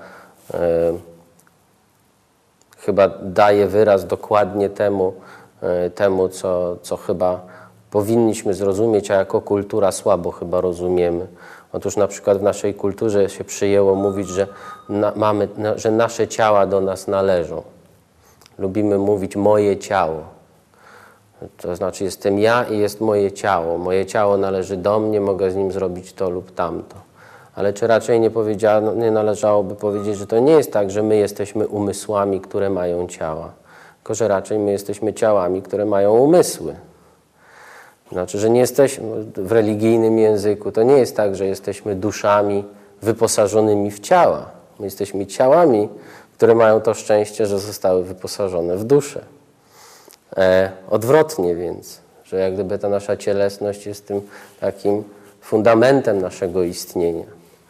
chyba daje wyraz dokładnie temu co chyba powinniśmy zrozumieć, a jako kultura słabo chyba rozumiemy. Otóż na przykład w naszej kulturze się przyjęło mówić, że nasze ciała do nas należą. Lubimy mówić moje ciało. To znaczy jestem ja i jest moje ciało. Moje ciało należy do mnie, mogę z nim zrobić to lub tamto. Ale czy raczej nie należałoby powiedzieć, że to nie jest tak, że my jesteśmy umysłami, które mają ciała, tylko że raczej my jesteśmy ciałami, które mają umysły. Znaczy, że nie jesteśmy w religijnym języku, to nie jest tak, że jesteśmy duszami wyposażonymi w ciała. My jesteśmy ciałami, które mają to szczęście, że zostały wyposażone w duszę. Odwrotnie więc, że jak gdyby ta nasza cielesność jest tym takim fundamentem naszego istnienia.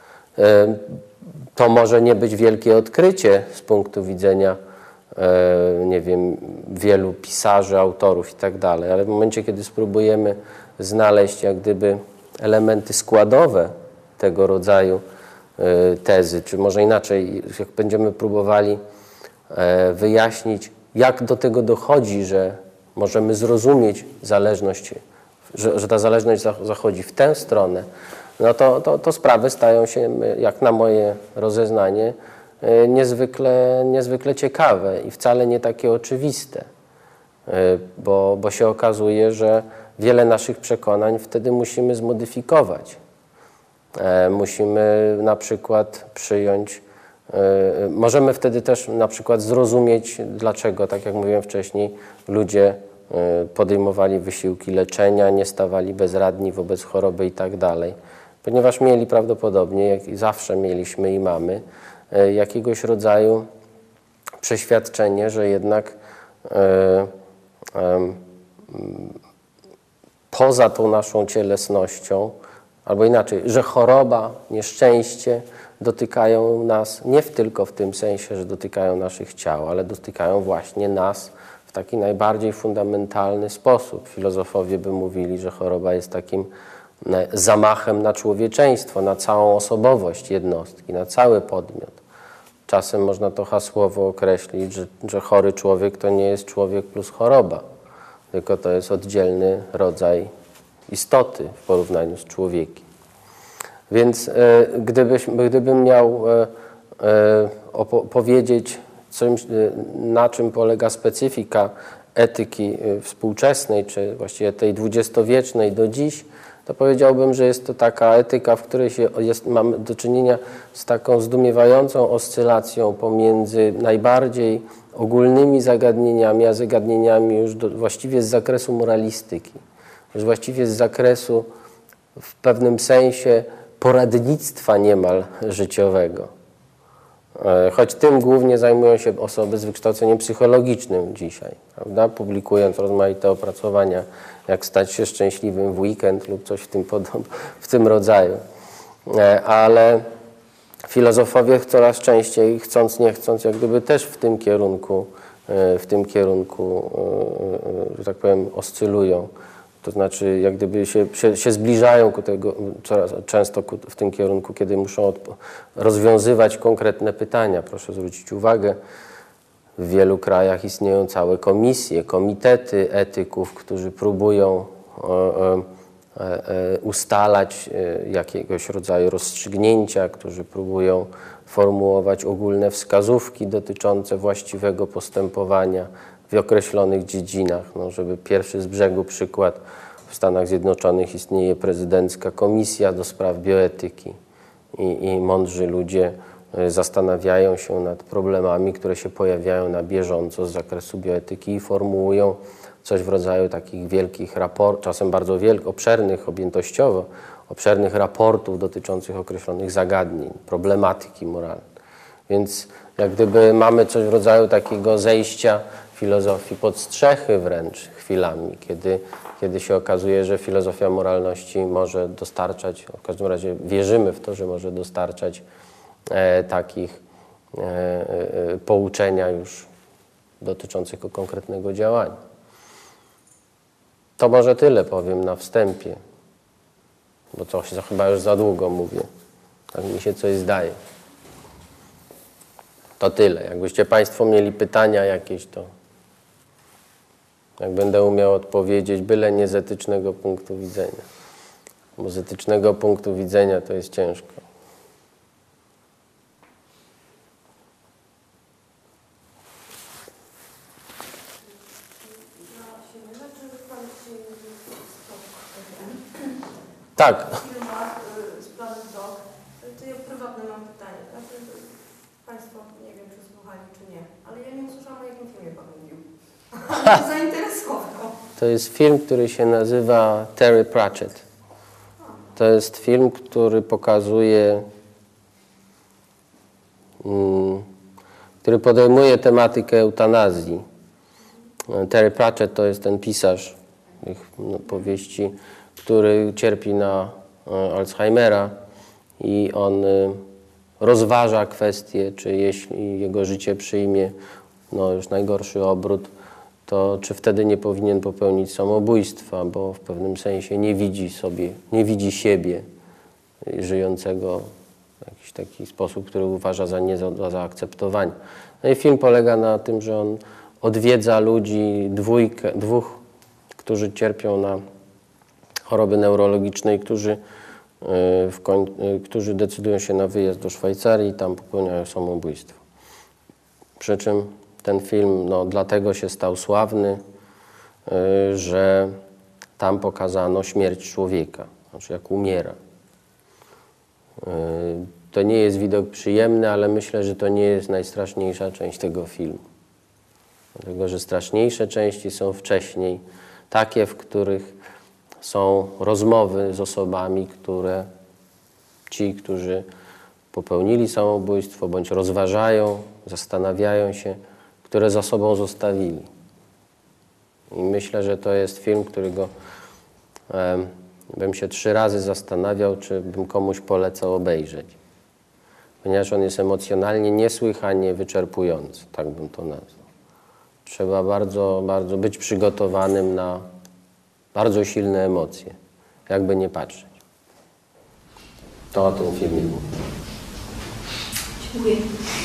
To może nie być wielkie odkrycie z punktu widzenia, nie wiem, wielu pisarzy, autorów i tak dalej, ale w momencie, kiedy spróbujemy znaleźć jak gdyby elementy składowe tego rodzaju tezy, czy może inaczej, jak będziemy próbowali wyjaśnić, jak do tego dochodzi, że możemy zrozumieć zależność że ta zależność zachodzi w tę stronę, no to sprawy stają się, jak na moje rozeznanie, niezwykle ciekawe i wcale nie takie oczywiste, bo się okazuje, że wiele naszych przekonań wtedy musimy zmodyfikować. Musimy na przykład przyjąć, możemy wtedy też na przykład zrozumieć, dlaczego, tak jak mówiłem wcześniej, ludzie podejmowali wysiłki leczenia, nie stawali bezradni wobec choroby i tak dalej. Ponieważ mieli prawdopodobnie, jak i zawsze mieliśmy i mamy, jakiegoś rodzaju przeświadczenie, że jednak poza tą naszą cielesnością, albo inaczej, że choroba, nieszczęście dotykają nas nie tylko w tym sensie, że dotykają naszych ciał, ale dotykają właśnie nas w taki najbardziej fundamentalny sposób. Filozofowie by mówili, że choroba jest takim zamachem na człowieczeństwo, na całą osobowość jednostki, na cały podmiot. Czasem można to hasłowo określić, że chory człowiek to nie jest człowiek plus choroba, tylko to jest oddzielny rodzaj istoty w porównaniu z człowiekiem. Więc gdybym miał powiedzieć, na czym polega specyfika etyki współczesnej, czy właściwie tej dwudziestowiecznej do dziś, to powiedziałbym, że jest to taka etyka, w której mamy do czynienia z taką zdumiewającą oscylacją pomiędzy najbardziej ogólnymi zagadnieniami, a zagadnieniami już właściwie z zakresu moralistyki, już właściwie z zakresu w pewnym sensie poradnictwa niemal życiowego. Choć tym głównie zajmują się osoby z wykształceniem psychologicznym dzisiaj, prawda? Publikując rozmaite opracowania, jak stać się szczęśliwym w weekend lub coś w tym rodzaju. Ale filozofowie coraz częściej, chcąc nie chcąc, jak gdyby też w tym kierunku, że tak powiem, oscylują. To znaczy, jak gdyby się zbliżają ku tego, coraz często w tym kierunku, kiedy muszą rozwiązywać konkretne pytania. Proszę zwrócić uwagę, w wielu krajach istnieją całe komisje, komitety etyków, którzy próbują ustalać jakiegoś rodzaju rozstrzygnięcia, którzy próbują formułować ogólne wskazówki dotyczące właściwego postępowania w określonych dziedzinach. No, żeby pierwszy z brzegu przykład, w Stanach Zjednoczonych istnieje prezydencka komisja do spraw bioetyki i mądrzy ludzie zastanawiają się nad problemami, które się pojawiają na bieżąco z zakresu bioetyki i formułują coś w rodzaju takich wielkich raportów, czasem bardzo obszernych, objętościowo obszernych raportów dotyczących określonych zagadnień, problematyki moralnej. Więc jak gdyby mamy coś w rodzaju takiego zejścia filozofii pod strzechy wręcz chwilami, kiedy się okazuje, że filozofia moralności może dostarczać, w każdym razie wierzymy w to, że może dostarczać takich pouczenia już dotyczącego konkretnego działania. To może tyle powiem na wstępie, bo to chyba już za długo mówię. Tak mi się coś zdaje. To tyle. Jakbyście Państwo mieli pytania jakieś, to jak będę umiał odpowiedzieć, byle nie z etycznego punktu widzenia. Bo z etycznego punktu widzenia to jest ciężko. Tak. To ja prywatne mam pytanie. Państwo, nie wiem, czy słuchali, czy nie, ale ja nie usłyszałam, o jakim filmie Pan mówił. Mnie zainteresował. To jest film, który się nazywa Terry Pratchett. To jest film, który pokazuje, który podejmuje tematykę eutanazji. Terry Pratchett to jest ten pisarz tych powieści, który cierpi na Alzheimera i on rozważa kwestię, czy jeśli jego życie przyjmie już najgorszy obrót, to czy wtedy nie powinien popełnić samobójstwa, bo w pewnym sensie nie widzi siebie żyjącego w jakiś taki sposób, który uważa za nie do zaakceptowania. No i film polega na tym, że on odwiedza ludzi, dwóch, którzy cierpią na choroby neurologicznej, którzy decydują się na wyjazd do Szwajcarii i tam popełniają samobójstwo. Przy czym ten film dlatego się stał sławny, że tam pokazano śmierć człowieka, znaczy jak umiera. To nie jest widok przyjemny, ale myślę, że to nie jest najstraszniejsza część tego filmu. Dlatego, że straszniejsze części są wcześniej, takie, w których są rozmowy z osobami, którzy popełnili samobójstwo, bądź rozważają, zastanawiają się, które za sobą zostawili. I myślę, że to jest film, którego bym się 3 razy zastanawiał, czy bym komuś polecał obejrzeć. Ponieważ on jest emocjonalnie niesłychanie wyczerpujący, tak bym to nazwał. Trzeba bardzo, bardzo być przygotowanym na bardzo silne emocje, jakby nie patrzeć. To o tym filmie mówię. Dziękuję.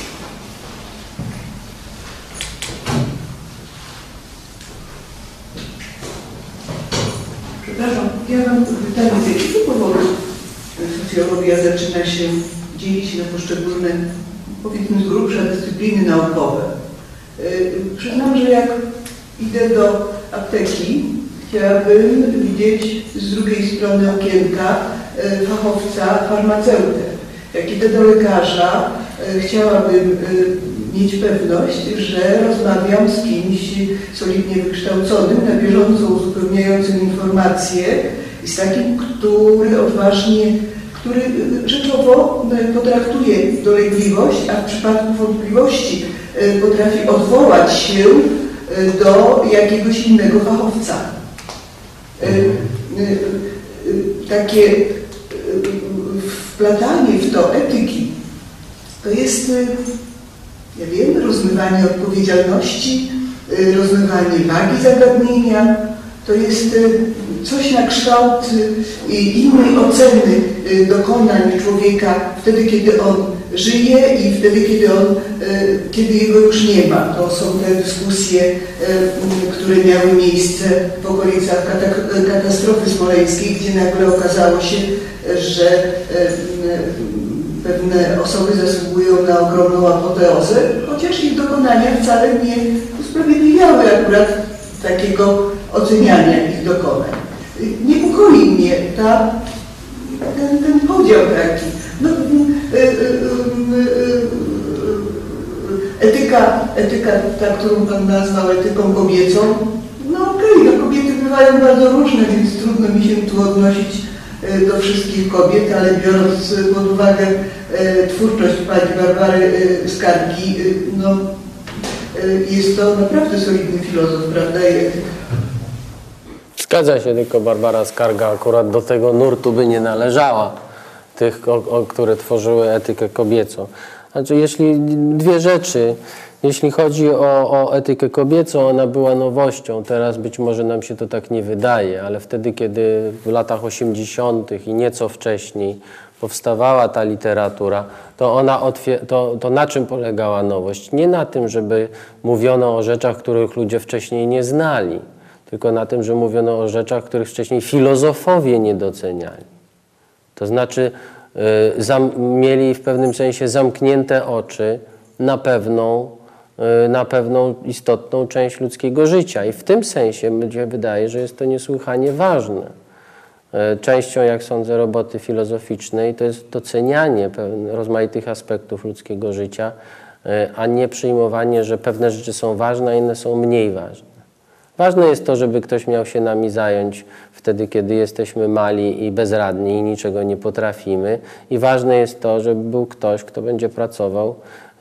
Przepraszam, ja mam pytanie, z jakiego powodu socjologia zaczyna się dzielić na poszczególne, powiedzmy z grubsza, dyscypliny naukowe. Przyznam, że jak idę do apteki, chciałabym widzieć z drugiej strony okienka fachowca, farmaceutę. Jak idę do lekarza, chciałabym mieć pewność, że rozmawiam z kimś solidnie wykształconym, na bieżąco uzupełniającym informacje i z takim, który rzeczowo potraktuje dolegliwość, a w przypadku wątpliwości potrafi odwołać się do jakiegoś innego fachowca. Takie wplatanie w to etyki to jest, ja wiem, rozmywanie odpowiedzialności, rozmywanie wagi zagadnienia. To jest coś na kształt innej oceny dokonań człowieka wtedy, kiedy on żyje i wtedy, kiedy jego już nie ma. To są te dyskusje, które miały miejsce w okolicach katastrofy smoleńskiej, gdzie nagle okazało się, że pewne osoby zasługują na ogromną apoteozę, chociaż ich dokonania wcale nie usprawiedliwiały akurat takiego oceniania ich dokonań. Niepokoi mnie ten podział taki. Etyka, ta, którą Pan nazwał etyką kobiecą, kobiety bywają bardzo różne, więc trudno mi się tu odnosić do wszystkich kobiet, ale biorąc pod uwagę twórczość pani Barbary Skargi, jest to naprawdę solidny filozof, prawda, i etyk. Zgadza się, tylko Barbara Skarga akurat do tego nurtu by nie należała, tych, które tworzyły etykę kobiecą. Znaczy, dwie rzeczy. Jeśli chodzi o etykę kobiecą, ona była nowością. Teraz być może nam się to tak nie wydaje, ale wtedy, kiedy w latach 80. i nieco wcześniej powstawała ta literatura, to na czym polegała nowość? Nie na tym, żeby mówiono o rzeczach, których ludzie wcześniej nie znali, tylko na tym, że mówiono o rzeczach, których wcześniej filozofowie nie doceniali. To znaczy mieli w pewnym sensie zamknięte oczy na pewną istotną część ludzkiego życia. I w tym sensie mi się wydaje, że jest to niesłychanie ważne. Częścią, jak sądzę, roboty filozoficznej to jest docenianie rozmaitych aspektów ludzkiego życia, a nie przyjmowanie, że pewne rzeczy są ważne, a inne są mniej ważne. Ważne jest to, żeby ktoś miał się nami zająć wtedy, kiedy jesteśmy mali i bezradni i niczego nie potrafimy. I ważne jest to, żeby był ktoś, kto będzie pracował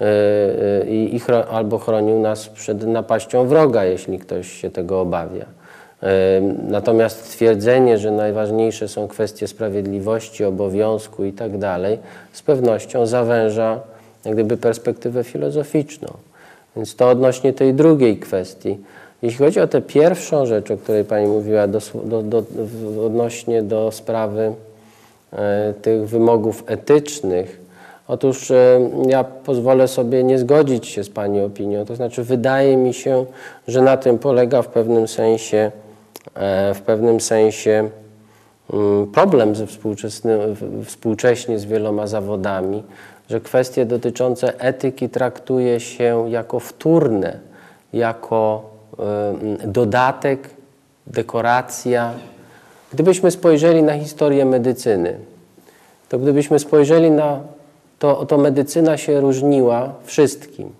albo chronił nas przed napaścią wroga, jeśli ktoś się tego obawia. Natomiast twierdzenie, że najważniejsze są kwestie sprawiedliwości, obowiązku i tak dalej, z pewnością zawęża jak gdyby perspektywę filozoficzną. Więc to odnośnie tej drugiej kwestii. Jeśli chodzi o tę pierwszą rzecz, o której Pani mówiła, odnośnie do sprawy tych wymogów etycznych, otóż ja pozwolę sobie nie zgodzić się z Pani opinią. To znaczy wydaje mi się, że na tym polega w pewnym sensie problem współcześnie z wieloma zawodami, że kwestie dotyczące etyki traktuje się jako wtórne, jako dodatek, dekoracja. Gdybyśmy spojrzeli na historię medycyny, to gdybyśmy spojrzeli na to medycyna się różniła wszystkim.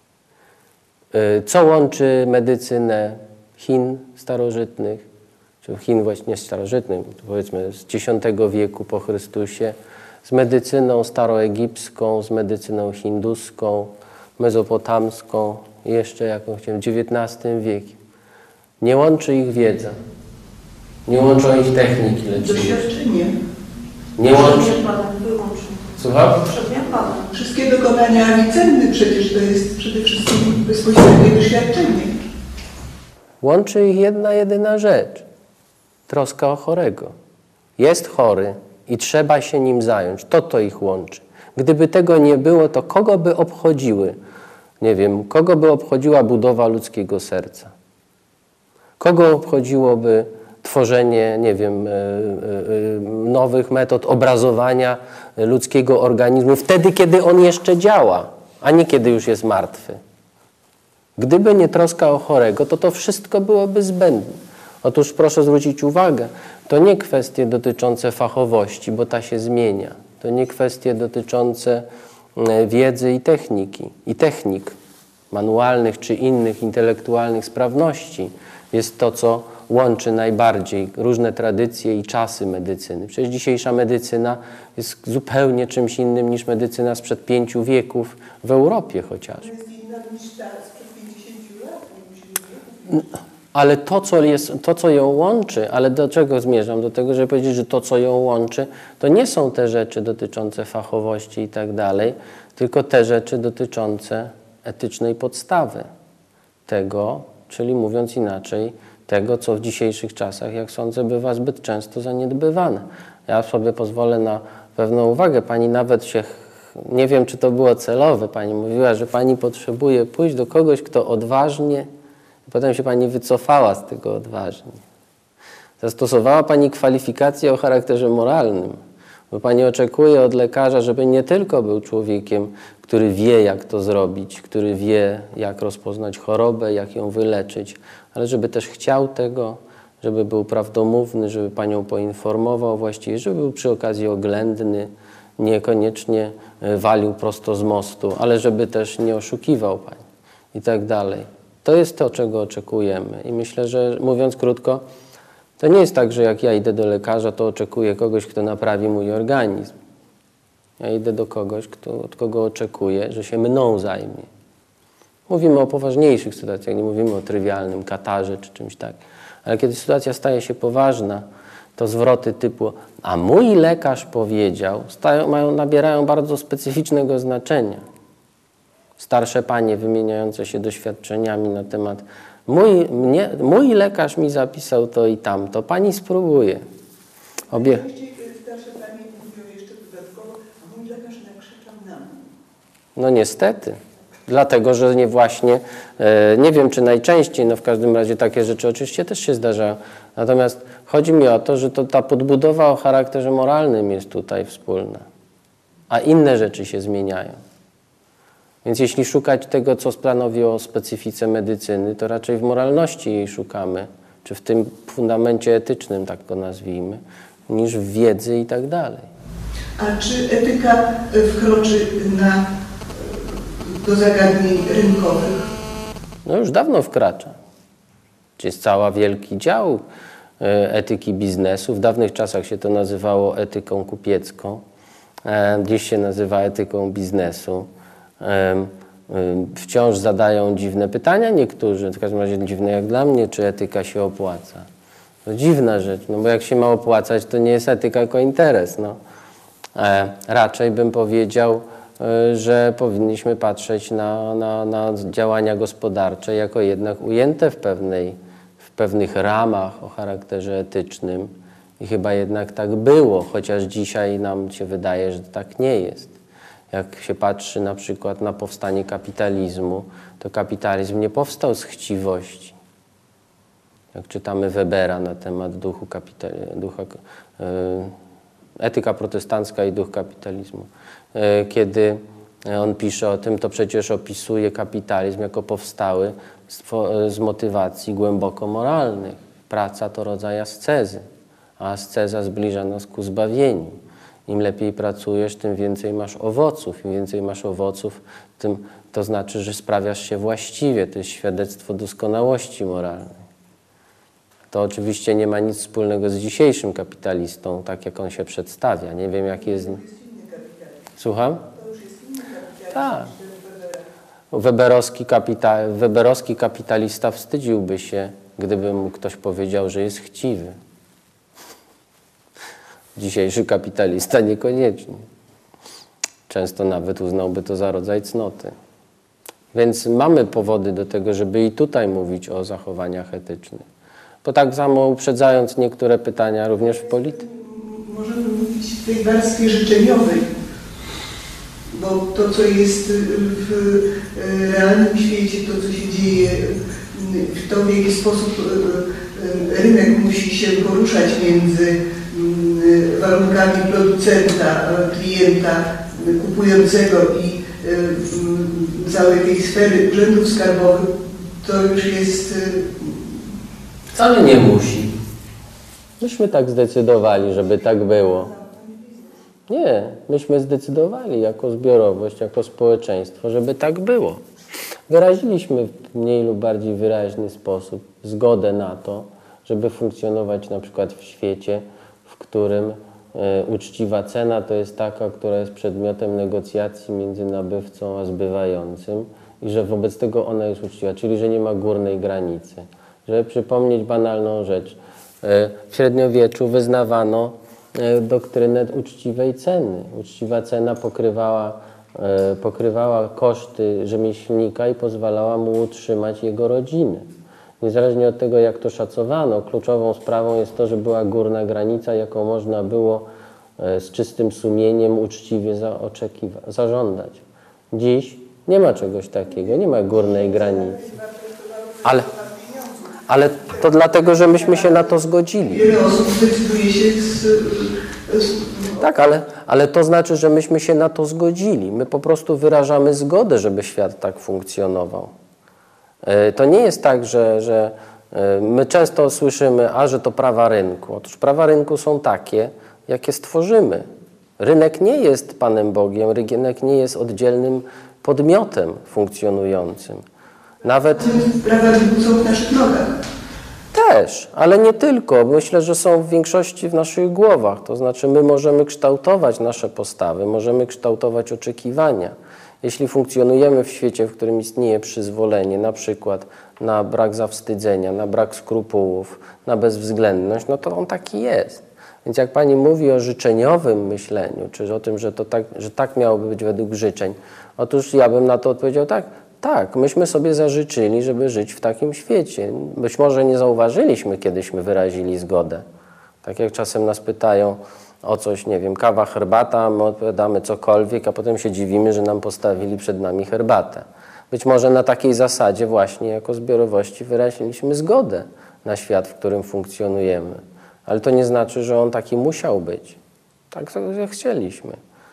Co łączy medycynę Chin starożytnych, czy Chin właśnie starożytnych, powiedzmy z X wieku po Chrystusie, z medycyną staroegipską, z medycyną hinduską, mezopotamską, jeszcze jakąś XIX wiekiem. Nie łączy ich wiedza, nie łączą ich techniki lecznicze. Doświadczenie. Nie łączy. Przedmiot badań wyłącznie. Słucham? Przedmiot badań. Wszystkie dokonania cenny przecież to jest przede wszystkim bezpośrednie doświadczenie. Łączy ich jedna, jedyna rzecz. Troska o chorego. Jest chory i trzeba się nim zająć. To ich łączy. Gdyby tego nie było, to kogo by obchodziły? Nie wiem, kogo by obchodziła budowa ludzkiego serca? Kogo obchodziłoby tworzenie, nie wiem, nowych metod obrazowania ludzkiego organizmu wtedy, kiedy on jeszcze działa, a nie kiedy już jest martwy? Gdyby nie troska o chorego, to wszystko byłoby zbędne. Otóż proszę zwrócić uwagę, to nie kwestie dotyczące fachowości, bo ta się zmienia. To nie kwestie dotyczące wiedzy i technik manualnych czy innych intelektualnych sprawności. Jest to, co łączy najbardziej różne tradycje i czasy medycyny. Przecież dzisiejsza medycyna jest zupełnie czymś innym niż medycyna sprzed 5 wieków w Europie chociażby. To jest inna niż ta sprzed 50 lat. Ale to, co ją łączy, ale do czego zmierzam? Do tego, żeby powiedzieć, że to, co ją łączy, to nie są te rzeczy dotyczące fachowości i tak dalej, tylko te rzeczy dotyczące etycznej podstawy tego, czyli mówiąc inaczej, tego, co w dzisiejszych czasach, jak sądzę, bywa zbyt często zaniedbywane. Ja sobie pozwolę na pewną uwagę. Pani nawet się, nie wiem, czy to było celowe, pani mówiła, że pani potrzebuje pójść do kogoś, kto odważnie. Potem się pani wycofała z tego odważnie. Zastosowała pani kwalifikacje o charakterze moralnym, bo pani oczekuje od lekarza, żeby nie tylko był człowiekiem, który wie, jak to zrobić, który wie, jak rozpoznać chorobę, jak ją wyleczyć, ale żeby też chciał tego, żeby był prawdomówny, żeby panią poinformował właściwie, żeby był przy okazji oględny, niekoniecznie walił prosto z mostu, ale żeby też nie oszukiwał pani i tak dalej. To jest to, czego oczekujemy. I myślę, że mówiąc krótko, to nie jest tak, że jak ja idę do lekarza, to oczekuję kogoś, kto naprawi mój organizm. Ja idę do kogoś, od kogo oczekuję, że się mną zajmie. Mówimy o poważniejszych sytuacjach, nie mówimy o trywialnym katarze czy czymś takim. Ale kiedy sytuacja staje się poważna, to zwroty typu a mój lekarz powiedział, nabierają bardzo specyficznego znaczenia. Starsze panie wymieniające się doświadczeniami na temat mój lekarz mi zapisał to i tamto, pani spróbuje. Starsze panie mówią jeszcze dodatkowo, a mój lekarz nakrzyczał na mnie. No niestety. Dlatego, że nie wiem czy najczęściej, no w każdym razie takie rzeczy oczywiście też się zdarzają. Natomiast chodzi mi o to, że ta podbudowa o charakterze moralnym jest tutaj wspólna. A inne rzeczy się zmieniają. Więc jeśli szukać tego, co stanowi o specyfice medycyny, to raczej w moralności jej szukamy, czy w tym fundamencie etycznym, tak go nazwijmy, niż w wiedzy i tak dalej. A czy etyka wkroczy do zagadnień rynkowych? No już dawno wkracza. Jest cały wielki dział etyki biznesu. W dawnych czasach się to nazywało etyką kupiecką. Dziś się nazywa etyką biznesu. Wciąż zadają dziwne pytania niektórzy, w każdym razie dziwne jak dla mnie, czy etyka się opłaca. To dziwna rzecz, no bo jak się ma opłacać, to nie jest etyka, tylko interes. No. Raczej bym powiedział, że powinniśmy patrzeć na działania gospodarcze jako jednak ujęte w pewnych ramach o charakterze etycznym i chyba jednak tak było, chociaż dzisiaj nam się wydaje, że tak nie jest. Jak się patrzy na przykład na powstanie kapitalizmu, to kapitalizm nie powstał z chciwości. jak czytamy Webera na temat etyka protestancka i duch kapitalizmu. Kiedy on pisze o tym, to przecież opisuje kapitalizm jako powstały z motywacji głęboko moralnych. Praca to rodzaj ascezy, a asceza zbliża nas ku zbawieniu. Im lepiej pracujesz, tym więcej masz owoców. Im więcej masz owoców, tym to znaczy, że sprawiasz się właściwie. To jest świadectwo doskonałości moralnej. To oczywiście nie ma nic wspólnego z dzisiejszym kapitalistą, tak jak on się przedstawia. Nie wiem, jaki jest... Słucham? Tak. Weberowski kapitalista wstydziłby się, gdyby mu ktoś powiedział, że jest chciwy. Dzisiejszy kapitalista niekoniecznie. Często nawet uznałby to za rodzaj cnoty. Więc mamy powody do tego, żeby i tutaj mówić o zachowaniach etycznych. Bo tak samo uprzedzając niektóre pytania również w polityce. Możemy mówić w tej warstwie życzeniowej, bo to, co jest w realnym świecie, to, co się dzieje, w to, w jaki sposób rynek musi się poruszać między warunkami producenta, klienta, kupującego i całej tej sfery urzędów skarbowych, to już jest... Wcale nie musi. Myśmy tak zdecydowali, żeby tak było. Nie, myśmy zdecydowali jako zbiorowość, jako społeczeństwo, żeby tak było. Wyraziliśmy w mniej lub bardziej wyraźny sposób zgodę na to, żeby funkcjonować na przykład w świecie, w którym uczciwa cena to jest taka, która jest przedmiotem negocjacji między nabywcą a zbywającym i że wobec tego ona jest uczciwa, czyli że nie ma górnej granicy. Żeby przypomnieć banalną rzecz, w średniowieczu wyznawano doktrynę uczciwej ceny. Uczciwa cena pokrywała koszty rzemieślnika i pozwalała mu utrzymać jego rodzinę. Niezależnie od tego, jak to szacowano, kluczową sprawą jest to, że była górna granica, jaką można było z czystym sumieniem uczciwie zażądać. Dziś nie ma czegoś takiego, nie ma górnej granicy. Ale to dlatego, że myśmy się na to zgodzili. Wiele osób decyduje się Tak, ale to znaczy, że myśmy się na to zgodzili. My po prostu wyrażamy zgodę, żeby świat tak funkcjonował. To nie jest tak, że my często słyszymy, że to prawa rynku. Otóż prawa rynku są takie, jakie stworzymy. Rynek nie jest Panem Bogiem, rynek nie jest oddzielnym podmiotem funkcjonującym. Nawet prawa rynku są w naszych nogach. Też, ale nie tylko. Myślę, że są w większości w naszych głowach. To znaczy my możemy kształtować nasze postawy, możemy kształtować oczekiwania. Jeśli funkcjonujemy w świecie, w którym istnieje przyzwolenie, na przykład na brak zawstydzenia, na brak skrupułów, na bezwzględność, no to on taki jest. Więc jak Pani mówi o życzeniowym myśleniu, czy o tym, że tak miałoby być według życzeń, otóż ja bym na to odpowiedział tak. Tak, myśmy sobie zażyczyli, żeby żyć w takim świecie. Być może nie zauważyliśmy, kiedyśmy wyrazili zgodę. Tak jak czasem nas pytają o coś, nie wiem, kawa, herbata, my odpowiadamy cokolwiek, a potem się dziwimy, że nam postawili przed nami herbatę. Być może na takiej zasadzie właśnie jako zbiorowości wyraziliśmy zgodę na świat, w którym funkcjonujemy. Ale to nie znaczy, że on taki musiał być. Tak jak chcieliśmy.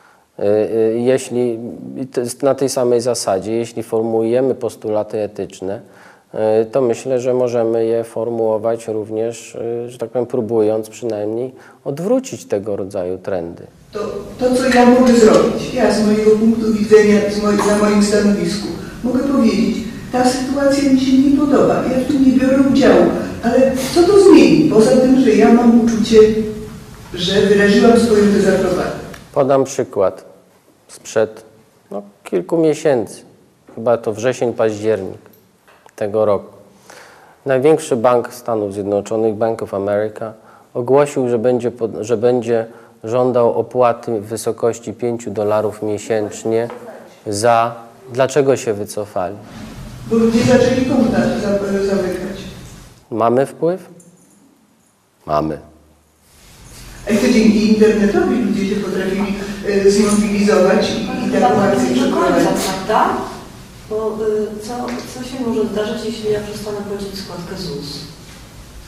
Jeśli na tej samej zasadzie, jeśli formułujemy postulaty etyczne, to myślę, że możemy je formułować również, że tak powiem, próbując przynajmniej odwrócić tego rodzaju trendy. To co ja mogę zrobić, ja z mojego punktu widzenia, na moim stanowisku, mogę powiedzieć, ta sytuacja mi się nie podoba, ja w tym nie biorę udziału, ale co to zmieni? Poza tym, że ja mam uczucie, że wyraziłam swoje dezaprobatę. Podam przykład sprzed kilku miesięcy, chyba to wrzesień, październik tego roku. Największy bank Stanów Zjednoczonych, Bank of America, ogłosił, że będzie żądał opłaty w wysokości $5 miesięcznie za... Dlaczego się wycofali? Bo ludzie zaczęli konta zamykać. Mamy wpływ? Mamy. A i to dzięki internetowi ludzie się potrafili zmobilizować i taką akcję przeprowadzić. Prawda? Bo co się może zdarzyć, jeśli ja przestanę płacić składkę ZUS?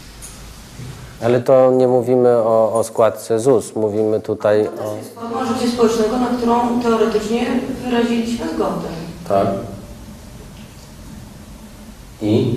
Ale to nie mówimy o składce ZUS, mówimy tutaj To też o... jest forma życia społecznego, na którą teoretycznie wyraziliśmy zgodę. Tak. I?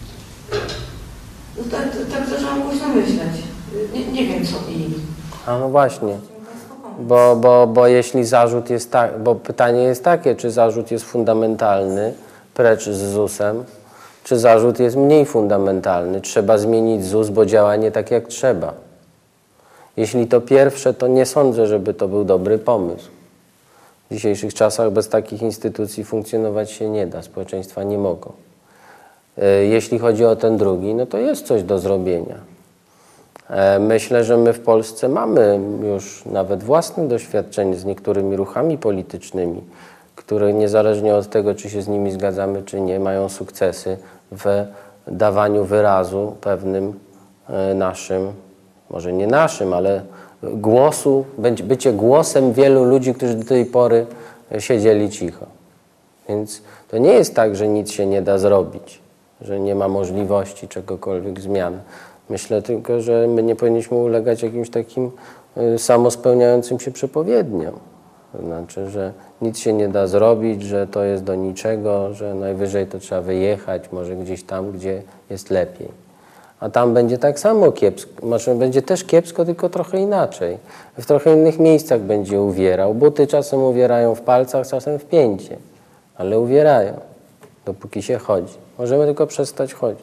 No tak zaczęłam głośno myśleć. Nie wiem co i... A no właśnie. Państwo pomóc. Bo jeśli zarzut jest tak, bo pytanie jest takie, czy zarzut jest fundamentalny, precz z ZUS-em, czy zarzut jest mniej fundamentalny. Trzeba zmienić ZUS, bo działa nie tak jak trzeba. Jeśli to pierwsze, to nie sądzę, żeby to był dobry pomysł. W dzisiejszych czasach bez takich instytucji funkcjonować się nie da, społeczeństwa nie mogą. Jeśli chodzi o ten drugi, no to jest coś do zrobienia. Myślę, że my w Polsce mamy już nawet własne doświadczenie z niektórymi ruchami politycznymi, które niezależnie od tego, czy się z nimi zgadzamy, czy nie, mają sukcesy w dawaniu wyrazu pewnym naszym, może nie naszym, ale głosu, bycie głosem wielu ludzi, którzy do tej pory siedzieli cicho. Więc to nie jest tak, że nic się nie da zrobić, że nie ma możliwości czegokolwiek zmian. Myślę tylko, że my nie powinniśmy ulegać jakimś takim samospełniającym się przepowiedniom. To znaczy, że nic się nie da zrobić, że to jest do niczego, że najwyżej to trzeba wyjechać, może gdzieś tam, gdzie jest lepiej. A tam będzie tak samo kiepsko, może będzie też kiepsko, tylko trochę inaczej. W trochę innych miejscach będzie uwierał. Buty czasem uwierają w palcach, czasem w pięcie, ale uwierają, dopóki się chodzi. Możemy tylko przestać chodzić.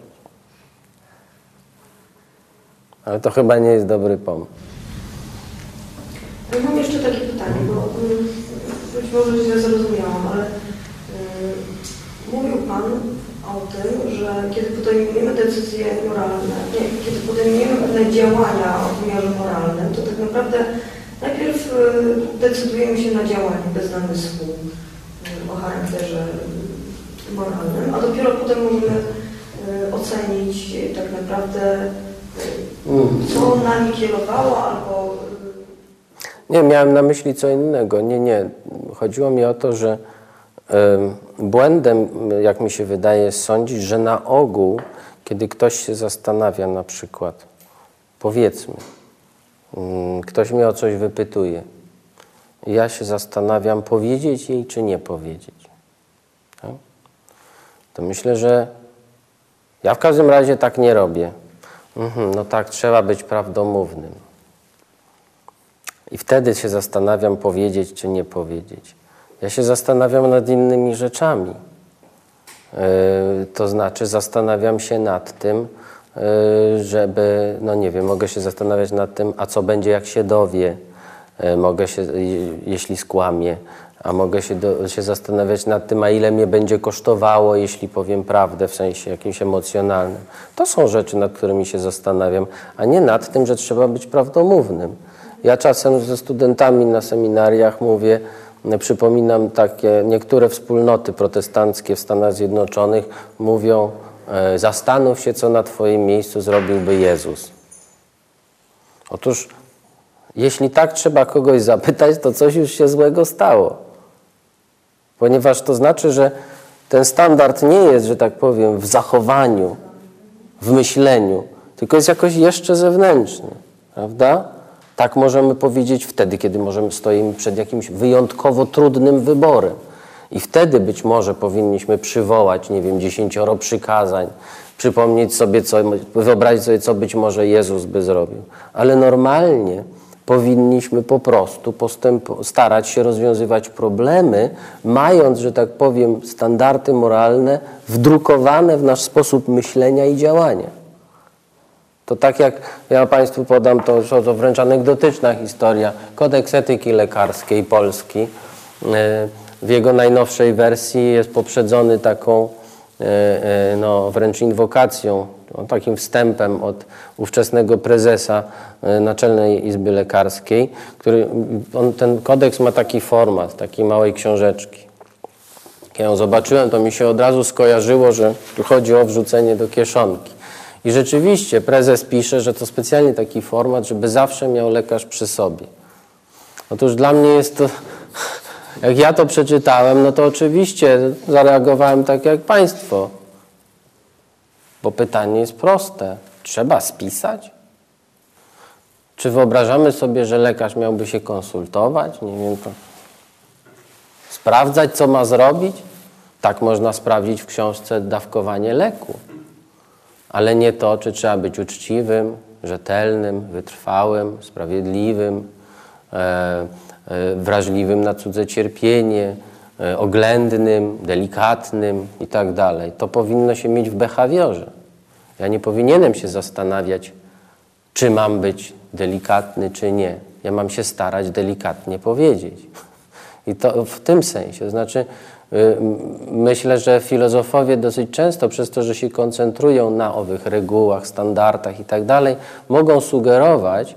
Ale to chyba nie jest dobry pomysł. Mam jeszcze takie pytanie, bo być może źle zrozumiałam, ale mówił Pan o tym, że kiedy podejmujemy decyzje moralne, kiedy podejmujemy pewne działania o wymiarze moralnym, to tak naprawdę najpierw decydujemy się na działanie bez namysłu o charakterze moralnym, a dopiero potem możemy ocenić tak naprawdę, co nami kierowało albo... Nie, miałem na myśli co innego. Nie. Chodziło mi o to, że błędem, jak mi się wydaje, jest sądzić, że na ogół, kiedy ktoś się zastanawia na przykład, powiedzmy, ktoś mnie o coś wypytuje, ja się zastanawiam, powiedzieć jej czy nie powiedzieć. Tak? To myślę, że ja w każdym razie tak nie robię. No tak, trzeba być prawdomównym. I wtedy się zastanawiam, powiedzieć czy nie powiedzieć. Ja się zastanawiam nad innymi rzeczami. To znaczy zastanawiam się nad tym, żeby, no nie wiem, mogę się zastanawiać nad tym, a co będzie, jak się dowie, mogę się, jeśli skłamie, a mogę się zastanawiać nad tym, a ile mnie będzie kosztowało, jeśli powiem prawdę w sensie jakimś emocjonalnym. To są rzeczy, nad którymi się zastanawiam, a nie nad tym, że trzeba być prawdomównym. Ja czasem ze studentami na seminariach mówię, przypominam takie, niektóre wspólnoty protestanckie w Stanach Zjednoczonych mówią, zastanów się, co na twoim miejscu zrobiłby Jezus. Otóż, jeśli tak trzeba kogoś zapytać, to coś już się złego stało. Ponieważ to znaczy, że ten standard nie jest, że tak powiem, w zachowaniu, w myśleniu, tylko jest jakoś jeszcze zewnętrzny, prawda? Tak możemy powiedzieć wtedy, kiedy stoimy przed jakimś wyjątkowo trudnym wyborem. I wtedy być może powinniśmy przywołać, nie wiem, 10 przykazań, przypomnieć sobie, wyobrazić sobie, co być może Jezus by zrobił. Ale normalnie powinniśmy po prostu starać się rozwiązywać problemy, mając, że tak powiem, standardy moralne wdrukowane w nasz sposób myślenia i działania. To tak jak ja Państwu podam, to wręcz anegdotyczna historia, kodeks etyki lekarskiej Polski. W jego najnowszej wersji jest poprzedzony taką wręcz inwokacją, takim wstępem od ówczesnego prezesa Naczelnej Izby Lekarskiej, ten kodeks ma taki format, takiej małej książeczki. Jak ja ją zobaczyłem, to mi się od razu skojarzyło, że tu chodzi o wrzucenie do kieszonki. I rzeczywiście prezes pisze, że to specjalnie taki format, żeby zawsze miał lekarz przy sobie. Otóż dla mnie jest to, jak ja to przeczytałem, no to oczywiście zareagowałem tak jak Państwo. Bo pytanie jest proste. Trzeba spisać? Czy wyobrażamy sobie, że lekarz miałby się konsultować? Nie wiem, to sprawdzać, co ma zrobić? Tak można sprawdzić w książce dawkowanie leku. Ale nie to, czy trzeba być uczciwym, rzetelnym, wytrwałym, sprawiedliwym, wrażliwym na cudze cierpienie, oględnym, delikatnym i tak dalej. To powinno się mieć w behawiorze. Ja nie powinienem się zastanawiać, czy mam być delikatny, czy nie. Ja mam się starać delikatnie powiedzieć. I to w tym sensie. Znaczy, myślę, że filozofowie dosyć często, przez to, że się koncentrują na owych regułach, standardach i tak dalej, mogą sugerować,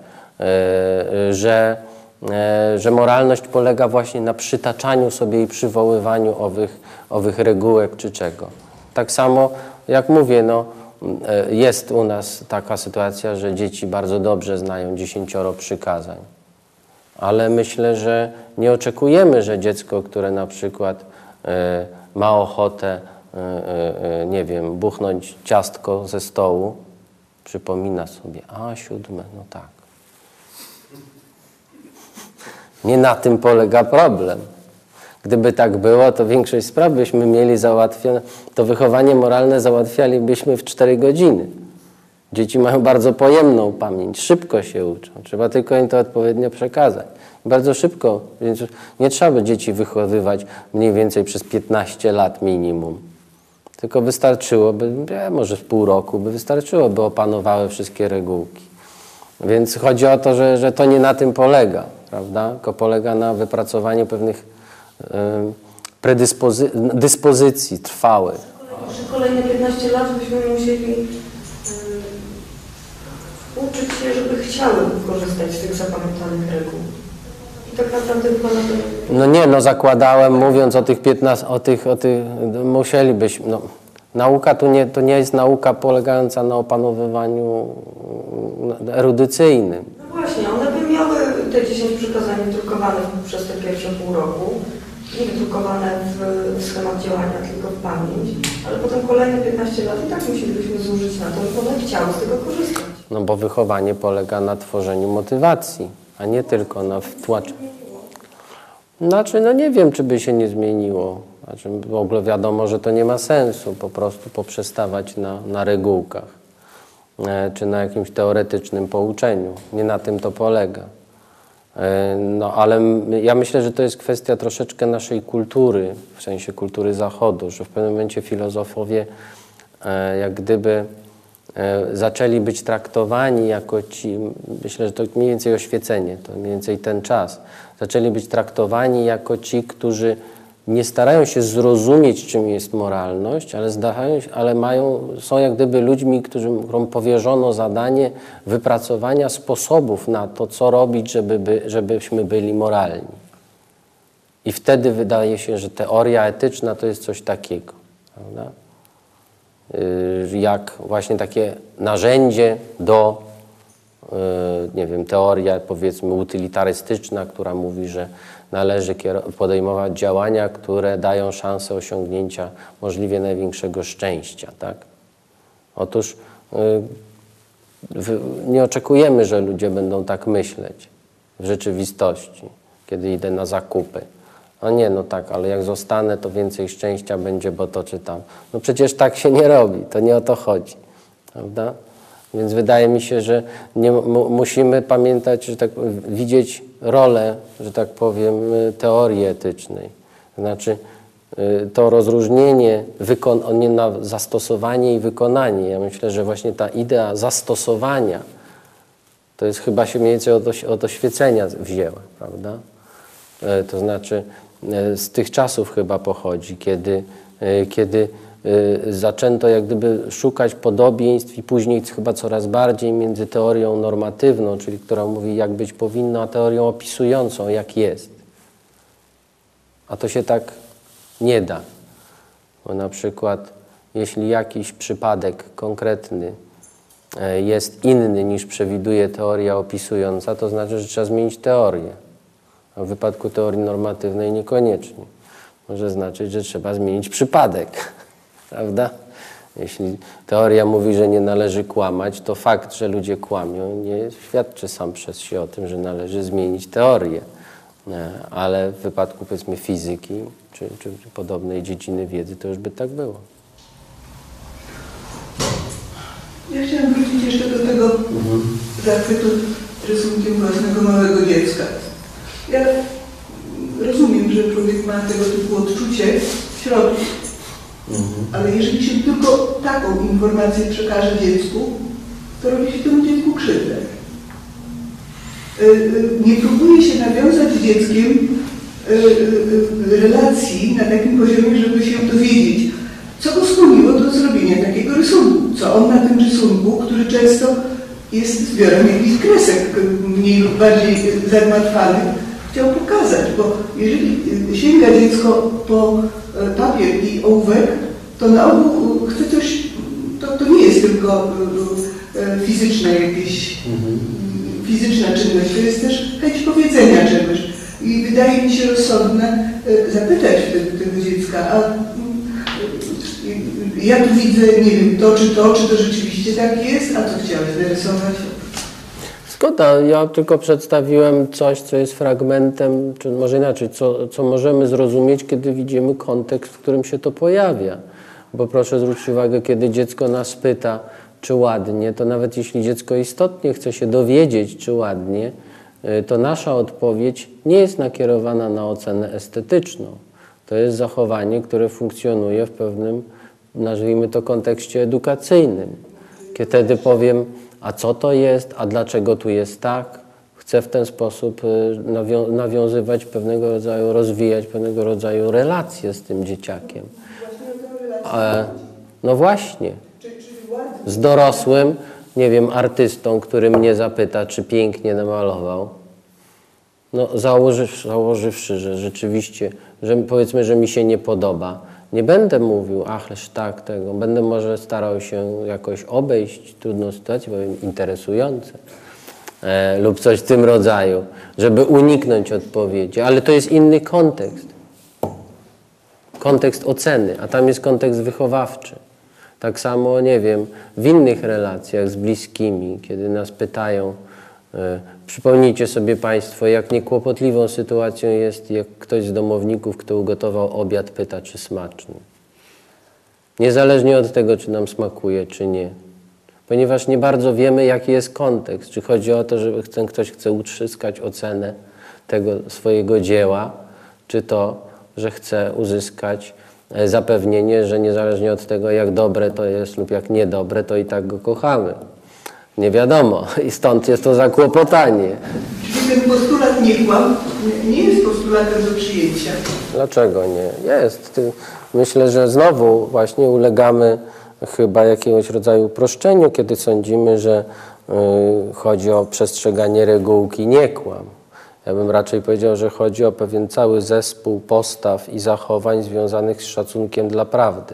że moralność polega właśnie na przytaczaniu sobie i przywoływaniu owych regułek czy czego. Tak samo, jak mówię, no, jest u nas taka sytuacja, że dzieci bardzo dobrze znają 10 przykazań. Ale myślę, że nie oczekujemy, że dziecko, które na przykład ma ochotę, nie wiem, buchnąć ciastko ze stołu, przypomina sobie, 7, no tak. Nie na tym polega problem. Gdyby tak było, to większość spraw byśmy mieli załatwione, to wychowanie moralne załatwialibyśmy w 4 godziny. Dzieci mają bardzo pojemną pamięć, szybko się uczą. Trzeba tylko im to odpowiednio przekazać. Bardzo szybko, więc nie trzeba by dzieci wychowywać mniej więcej przez 15 lat minimum. Tylko wystarczyłoby, może w pół roku by wystarczyło, by opanowały wszystkie regułki. Więc chodzi o to, że to nie na tym polega, prawda? Tylko polega na wypracowaniu pewnych dyspozycji trwałych. Przez kolejne 15 lat byśmy musieli uczyć się, żeby chciały korzystać z tych zapamiętanych reguł. I tak naprawdę chyba na tym... No nie, no zakładałem, mówiąc o tych 15, musielibyśmy, no, nauka to nie jest nauka polegająca na opanowywaniu erudycyjnym. No właśnie, one by miały te 10 przykazań drukowane przez te pierwsze pół roku, nie drukowane w schemat działania, tylko w pamięć, ale potem kolejne 15 lat i tak musielibyśmy zużyć na to, żeby one chciały z tego korzystać. No bo wychowanie polega na tworzeniu motywacji, a nie tylko na wtłaczaniu. Znaczy, no nie wiem, czy by się nie zmieniło. Znaczy, w ogóle wiadomo, że to nie ma sensu po prostu poprzestawać na regułkach czy na jakimś teoretycznym pouczeniu. Nie na tym to polega. No ale ja myślę, że to jest kwestia troszeczkę naszej kultury, w sensie kultury Zachodu, że w pewnym momencie filozofowie jak gdyby zaczęli być traktowani jako ci, myślę, że to mniej więcej oświecenie, to mniej więcej ten czas, zaczęli być traktowani jako ci, którzy nie starają się zrozumieć, czym jest moralność, ale są jak gdyby ludźmi, którym powierzono zadanie wypracowania sposobów na to, co robić, żebyśmy byli moralni. I wtedy wydaje się, że teoria etyczna to jest coś takiego, prawda? Jak właśnie takie narzędzie do, nie wiem, teoria powiedzmy utylitarystyczna, która mówi, że należy podejmować działania, które dają szansę osiągnięcia możliwie największego szczęścia, tak? Otóż nie oczekujemy, że ludzie będą tak myśleć w rzeczywistości, kiedy idę na zakupy. No nie, no tak, ale jak zostanę, to więcej szczęścia będzie, bo to czy tam. No przecież tak się nie robi, to nie o to chodzi, prawda? Więc wydaje mi się, że musimy pamiętać, że tak widzieć rolę, że tak powiem, teorii etycznej. Znaczy to rozróżnienie na zastosowanie i wykonanie. Ja myślę, że właśnie ta idea zastosowania to jest chyba się mniej więcej od oświecenia wzięła, prawda? To znaczy z tych czasów chyba pochodzi, kiedy zaczęto jak gdyby szukać podobieństw i później chyba coraz bardziej między teorią normatywną, czyli która mówi jak być powinno, a teorią opisującą jak jest. A to się tak nie da. Bo na przykład jeśli jakiś przypadek konkretny jest inny niż przewiduje teoria opisująca, to znaczy, że trzeba zmienić teorię. A w wypadku teorii normatywnej niekoniecznie. Może znaczyć, że trzeba zmienić przypadek. Prawda? Jeśli teoria mówi, że nie należy kłamać, to fakt, że ludzie kłamią, nie świadczy sam przez się o tym, że należy zmienić teorię. Ale w wypadku, powiedzmy, fizyki czy podobnej dziedziny wiedzy, to już by tak było. Ja chciałam wrócić jeszcze do tego zachwytu rysunkiem własnego małego dziecka. Ja rozumiem, że człowiek ma tego typu odczucie w środku, ale jeżeli się tylko taką informację przekaże dziecku, to robi się temu dziecku krzywdę. Nie próbuje się nawiązać z dzieckiem relacji na takim poziomie, żeby się dowiedzieć, co go skłoniło do zrobienia takiego rysunku, co on na tym rysunku, który często jest zbiorem jakichś kresek mniej lub bardziej zagmatwanych, chciał pokazać, bo jeżeli sięga dziecko po papier i ołówek, to na ogół chce coś, to nie jest tylko fizyczne jakieś, fizyczna czynność, to jest też chęć powiedzenia czegoś. I wydaje mi się rozsądne zapytać wtedy tego dziecka, a ja tu widzę, nie wiem, czy to rzeczywiście tak jest, a co chciałeś narysować? Zgoda, ja tylko przedstawiłem coś, co jest fragmentem, czy może inaczej, co możemy zrozumieć, kiedy widzimy kontekst, w którym się to pojawia. Bo proszę zwrócić uwagę, kiedy dziecko nas pyta, czy ładnie, to nawet jeśli dziecko istotnie chce się dowiedzieć, czy ładnie, to nasza odpowiedź nie jest nakierowana na ocenę estetyczną. To jest zachowanie, które funkcjonuje w pewnym, nazwijmy to, kontekście edukacyjnym. Kiedy wtedy powiem, a co to jest, a dlaczego tu jest tak, chcę w ten sposób nawiązywać pewnego rodzaju, rozwijać pewnego rodzaju relacje z tym dzieciakiem. No właśnie. Z dorosłym, nie wiem, artystą, który mnie zapyta, czy pięknie namalował, no założywszy, że rzeczywiście, że powiedzmy, że mi się nie podoba, nie będę mówił, ależ tak, tego, będę może starał się jakoś obejść trudną sytuację, powiem interesujące lub coś w tym rodzaju, żeby uniknąć odpowiedzi, ale to jest inny kontekst. Kontekst oceny, a tam jest kontekst wychowawczy. Tak samo, nie wiem, w innych relacjach z bliskimi, kiedy nas pytają, przypomnijcie sobie Państwo, jak niekłopotliwą sytuacją jest, jak ktoś z domowników, kto ugotował obiad, pyta, czy smaczny. Niezależnie od tego, czy nam smakuje, czy nie. Ponieważ nie bardzo wiemy, jaki jest kontekst. Czy chodzi o to, że ktoś chce uzyskać ocenę tego swojego dzieła, czy to, że chce uzyskać zapewnienie, że niezależnie od tego, jak dobre to jest lub jak niedobre, to i tak go kochamy. Nie wiadomo i stąd jest to zakłopotanie. Czyli ten postulat nie kłam nie jest postulatem do przyjęcia. Dlaczego nie? Jest. Myślę, że znowu właśnie ulegamy chyba jakiegoś rodzaju uproszczeniu, kiedy sądzimy, że chodzi o przestrzeganie regułki nie kłam. Ja bym raczej powiedział, że chodzi o pewien cały zespół postaw i zachowań związanych z szacunkiem dla prawdy.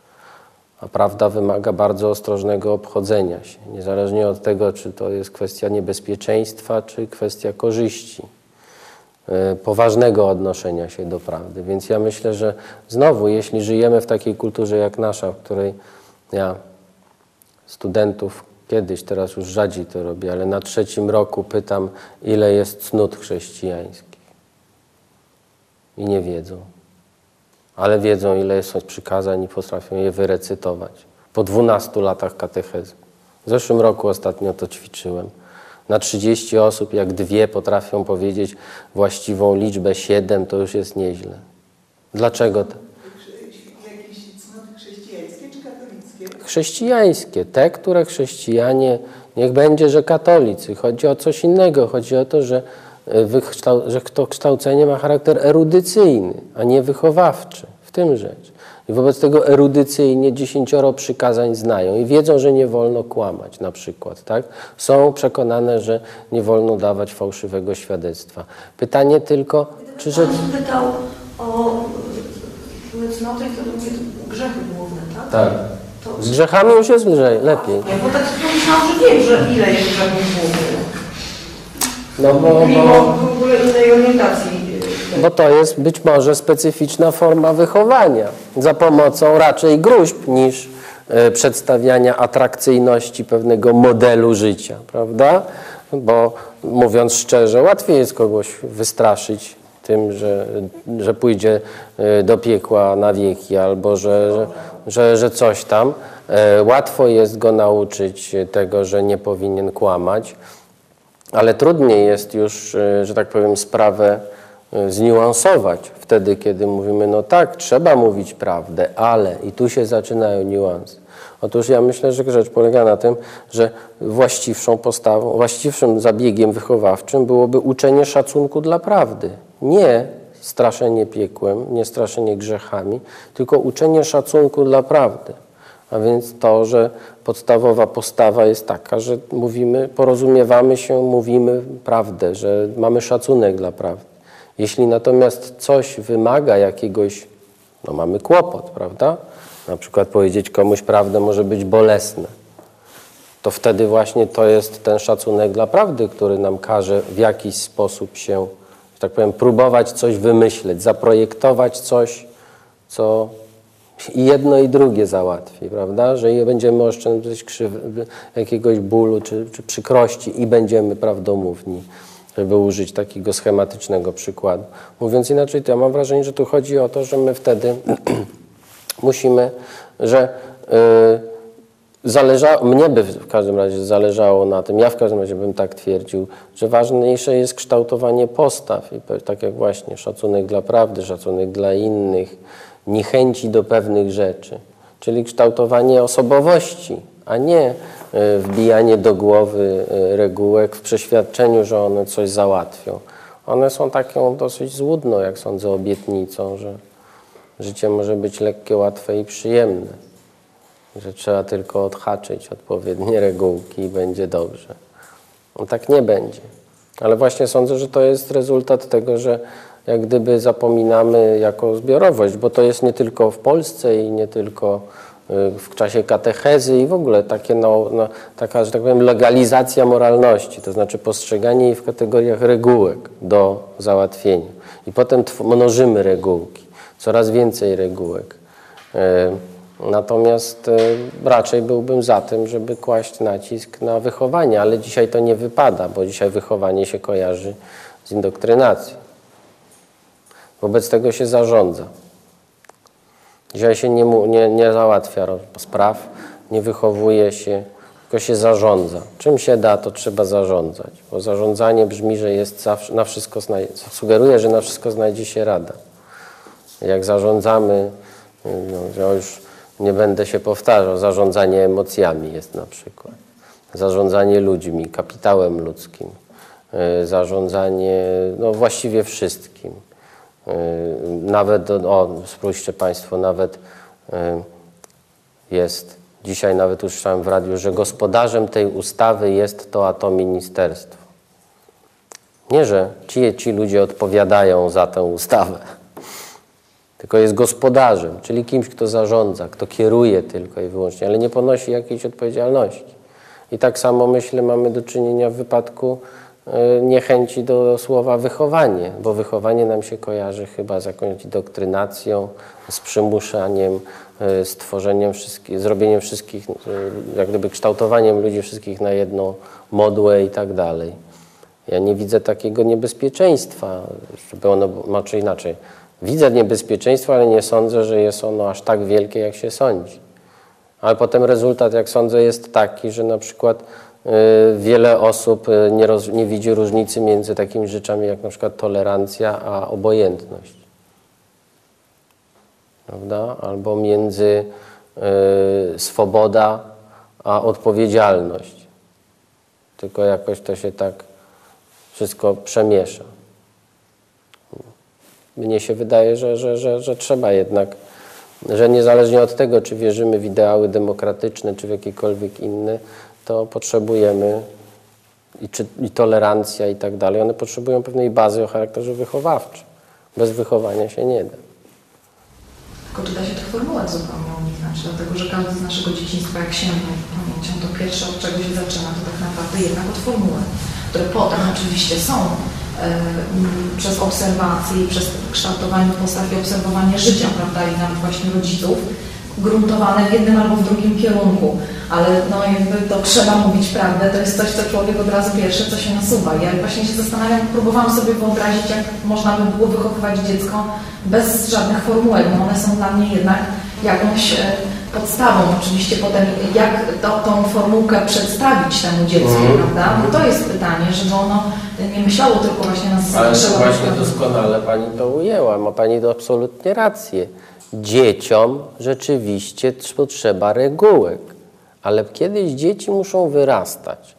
A prawda wymaga bardzo ostrożnego obchodzenia się, niezależnie od tego, czy to jest kwestia niebezpieczeństwa, czy kwestia korzyści, poważnego odnoszenia się do prawdy. Więc ja myślę, że znowu, jeśli żyjemy w takiej kulturze jak nasza, w której ja studentów kiedyś, teraz już rzadziej to robię, ale na 3. roku pytam, ile jest cnót chrześcijańskich. I nie wiedzą. Ale wiedzą, ile jest przykazań i potrafią je wyrecytować. Po 12 latach katechezy. W zeszłym roku ostatnio to ćwiczyłem. Na 30 osób, jak 2 potrafią powiedzieć właściwą liczbę 7, to już jest nieźle. Dlaczego to? Jakieś cnoty chrześcijańskie czy katolickie? Chrześcijańskie. Te, które chrześcijanie, niech będzie, że katolicy. Chodzi o coś innego. Chodzi o to, że to kształcenie ma charakter erudycyjny, a nie wychowawczy. W tym rzecz. I wobec tego erudycyjnie 10 przykazań znają i wiedzą, że nie wolno kłamać na przykład. Tak? Są przekonane, że nie wolno dawać fałszywego świadectwa. Pytanie tylko, czy... Pan pytał o cnoty, to mówię, grzechy główne, tak? Tak. To... Z grzechami już jest lżej, lepiej. Nie, bo tak pomyślałam, że wiem, że ile jest grzechów głównych. No Mimo w ogóle innej orientacji. Bo to jest być może specyficzna forma wychowania za pomocą raczej gróźb niż przedstawiania atrakcyjności pewnego modelu życia, prawda? Bo mówiąc szczerze, łatwiej jest kogoś wystraszyć tym, że pójdzie do piekła na wieki albo że coś tam. Łatwo jest go nauczyć tego, że nie powinien kłamać, ale trudniej jest już, że tak powiem, sprawę zniuansować wtedy, kiedy mówimy, no tak, trzeba mówić prawdę, ale i tu się zaczynają niuanse. Otóż ja myślę, że rzecz polega na tym, że właściwszą postawą, właściwszym zabiegiem wychowawczym byłoby uczenie szacunku dla prawdy. Nie straszenie piekłem, nie straszenie grzechami, tylko uczenie szacunku dla prawdy. A więc to, że podstawowa postawa jest taka, że mówimy, porozumiewamy się, mówimy prawdę, że mamy szacunek dla prawdy. Jeśli natomiast coś wymaga jakiegoś, no mamy kłopot, prawda? Na przykład powiedzieć komuś prawdę może być bolesne. To wtedy właśnie to jest ten szacunek dla prawdy, który nam każe w jakiś sposób się, że tak powiem, próbować coś wymyśleć, zaprojektować coś, co i jedno i drugie załatwi, prawda? Że będziemy oszczędzać jakiegoś bólu czy przykrości i będziemy prawdomówni, żeby użyć takiego schematycznego przykładu. Mówiąc inaczej, to ja mam wrażenie, że tu chodzi o to, że my wtedy musimy, że mnie by w każdym razie zależało na tym, ja w każdym razie bym tak twierdził, że ważniejsze jest kształtowanie postaw i tak jak właśnie szacunek dla prawdy, szacunek dla innych, niechęci do pewnych rzeczy, czyli kształtowanie osobowości, a nie wbijanie do głowy regułek w przeświadczeniu, że one coś załatwią. One są taką dosyć złudną, jak sądzę, obietnicą, że życie może być lekkie, łatwe i przyjemne, że trzeba tylko odhaczyć odpowiednie regułki i będzie dobrze. No tak nie będzie. Ale właśnie sądzę, że to jest rezultat tego, że jak gdyby zapominamy jako zbiorowość, bo to jest nie tylko w Polsce i nie tylko w czasie katechezy i w ogóle taka, że tak powiem, legalizacja moralności, to znaczy postrzeganie jej w kategoriach regułek do załatwienia. I potem mnożymy regułki, coraz więcej regułek. Natomiast raczej byłbym za tym, żeby kłaść nacisk na wychowanie, ale dzisiaj to nie wypada, bo dzisiaj wychowanie się kojarzy z indoktrynacją. Wobec tego się zarządza. Dzisiaj się nie załatwia spraw, nie wychowuje się, tylko się zarządza. Czym się da, to trzeba zarządzać, bo zarządzanie brzmi, że jest zawsze, na wszystko sugeruje, że na wszystko znajdzie się rada. Jak zarządzamy, ja już nie będę się powtarzał, zarządzanie emocjami jest na przykład, zarządzanie ludźmi, kapitałem ludzkim, zarządzanie właściwie wszystkim. Nawet, spójrzcie Państwo, nawet jest, dzisiaj nawet usłyszałem w radiu, że gospodarzem tej ustawy jest to ministerstwo. Nie, że ci ludzie odpowiadają za tę ustawę, tylko jest gospodarzem, czyli kimś, kto zarządza, kto kieruje tylko i wyłącznie, ale nie ponosi jakiejś odpowiedzialności. I tak samo, myślę, mamy do czynienia w wypadku niechęci do słowa wychowanie, bo wychowanie nam się kojarzy chyba z jakąś doktrynacją, z przymuszaniem, zrobieniem wszystkich, jak gdyby kształtowaniem ludzi wszystkich na jedną modłę i tak dalej. Ja nie widzę takiego niebezpieczeństwa, żeby ono, czy inaczej, widzę niebezpieczeństwo, ale nie sądzę, że jest ono aż tak wielkie, jak się sądzi. Ale potem rezultat, jak sądzę, jest taki, że na przykład wiele osób nie widzi różnicy między takimi rzeczami jak na przykład tolerancja a obojętność. Prawda? Albo między swoboda a odpowiedzialność. Tylko jakoś to się tak wszystko przemiesza. Mnie się wydaje, że trzeba jednak, że niezależnie od tego, czy wierzymy w ideały demokratyczne, czy w jakiekolwiek inne, to potrzebujemy i tolerancja i tak dalej, one potrzebują pewnej bazy o charakterze wychowawczym. Bez wychowania się nie da. Tylko czy da się tę formułę zupełnie uniknąć, dlatego że każdy z naszego dzieciństwa, jak sięgnie pamięcią, to pierwsze, od czego się zaczyna, to tak naprawdę jednak od formuły, które potem oczywiście są przez obserwacje i przez kształtowanie postaw i obserwowanie życia, prawda, i nawet właśnie rodziców, gruntowane w jednym albo w drugim kierunku, ale no jakby to trzeba mówić prawdę, to jest coś, co człowiek od razu pierwsze, co się nasuwa. Ja właśnie się zastanawiam, próbowałam sobie wyobrazić, jak można by było wychowywać dziecko bez żadnych formułek, no one są dla mnie jednak jakąś podstawą. Oczywiście potem, jak tą formułkę przedstawić temu dziecku, prawda? No to jest pytanie, żeby ono nie myślało tylko właśnie na Ale właśnie doskonale Pani to ujęła, ma Pani to absolutnie rację. Dzieciom rzeczywiście potrzeba regułek, ale kiedyś dzieci muszą wyrastać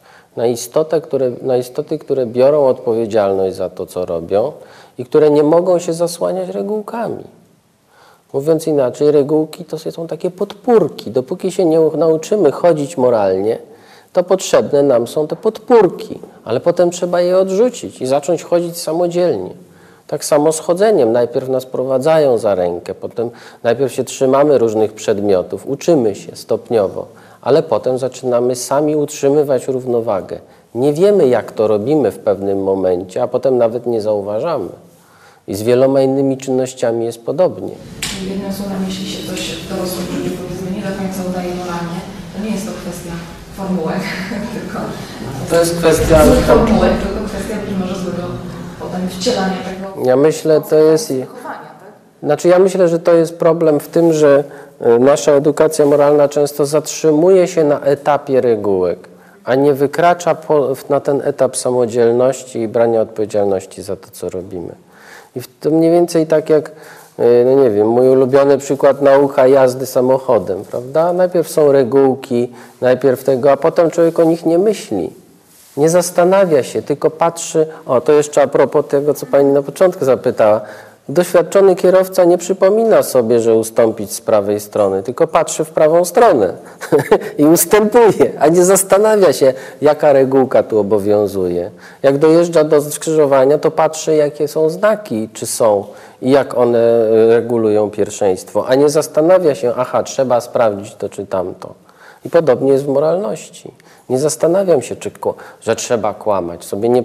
na istoty, które biorą odpowiedzialność za to, co robią i które nie mogą się zasłaniać regułkami. Mówiąc inaczej, regułki to są takie podpórki. Dopóki się nie nauczymy chodzić moralnie, to potrzebne nam są te podpórki, ale potem trzeba je odrzucić i zacząć chodzić samodzielnie. Tak samo z chodzeniem. Najpierw nas prowadzają za rękę, potem najpierw się trzymamy różnych przedmiotów, uczymy się stopniowo, ale potem zaczynamy sami utrzymywać równowagę. Nie wiemy, jak to robimy w pewnym momencie, a potem nawet nie zauważamy. I z wieloma innymi czynnościami jest podobnie. Jednym słowem, jeśli się coś w dorosłym życiu powiedzmy nie do końca udaje moralnie, to nie jest to kwestia formułek, tylko to jest kwestia złych formułek, tylko kwestia być może złego potem wcielania tego. Ja myślę, to jest. Znaczy, ja myślę, że to jest problem w tym, że nasza edukacja moralna często zatrzymuje się na etapie regułek, a nie wykracza na ten etap samodzielności i brania odpowiedzialności za to, co robimy. I to mniej więcej tak jak, no nie wiem, mój ulubiony przykład nauka jazdy samochodem, prawda? Najpierw są regułki, najpierw tego, a potem człowiek o nich nie myśli. Nie zastanawia się, tylko patrzy. O, to jeszcze a propos tego, co Pani na początku zapytała. Doświadczony kierowca nie przypomina sobie, że ustąpić z prawej strony, tylko patrzy w prawą stronę i ustępuje, a nie zastanawia się, jaka regułka tu obowiązuje. Jak dojeżdża do skrzyżowania, to patrzy, jakie są znaki, czy są i jak one regulują pierwszeństwo, a nie zastanawia się, aha, trzeba sprawdzić to czy tamto. I podobnie jest w moralności. Nie zastanawiam się, że trzeba kłamać.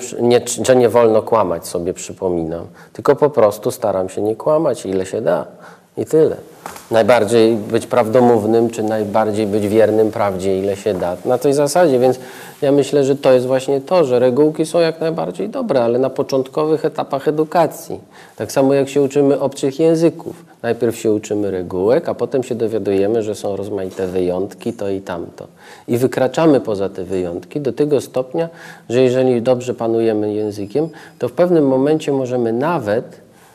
Że nie wolno kłamać, sobie przypominam. Tylko po prostu staram się nie kłamać, ile się da. I tyle. Najbardziej być prawdomównym, czy najbardziej być wiernym prawdzie, ile się da. Na tej zasadzie, więc ja myślę, że to jest właśnie to, że regułki są jak najbardziej dobre, ale na początkowych etapach edukacji. Tak samo jak się uczymy obcych języków. Najpierw się uczymy regułek, a potem się dowiadujemy, że są rozmaite wyjątki, to i tamto. I wykraczamy poza te wyjątki do tego stopnia, że jeżeli dobrze panujemy językiem, to w pewnym momencie możemy nawet,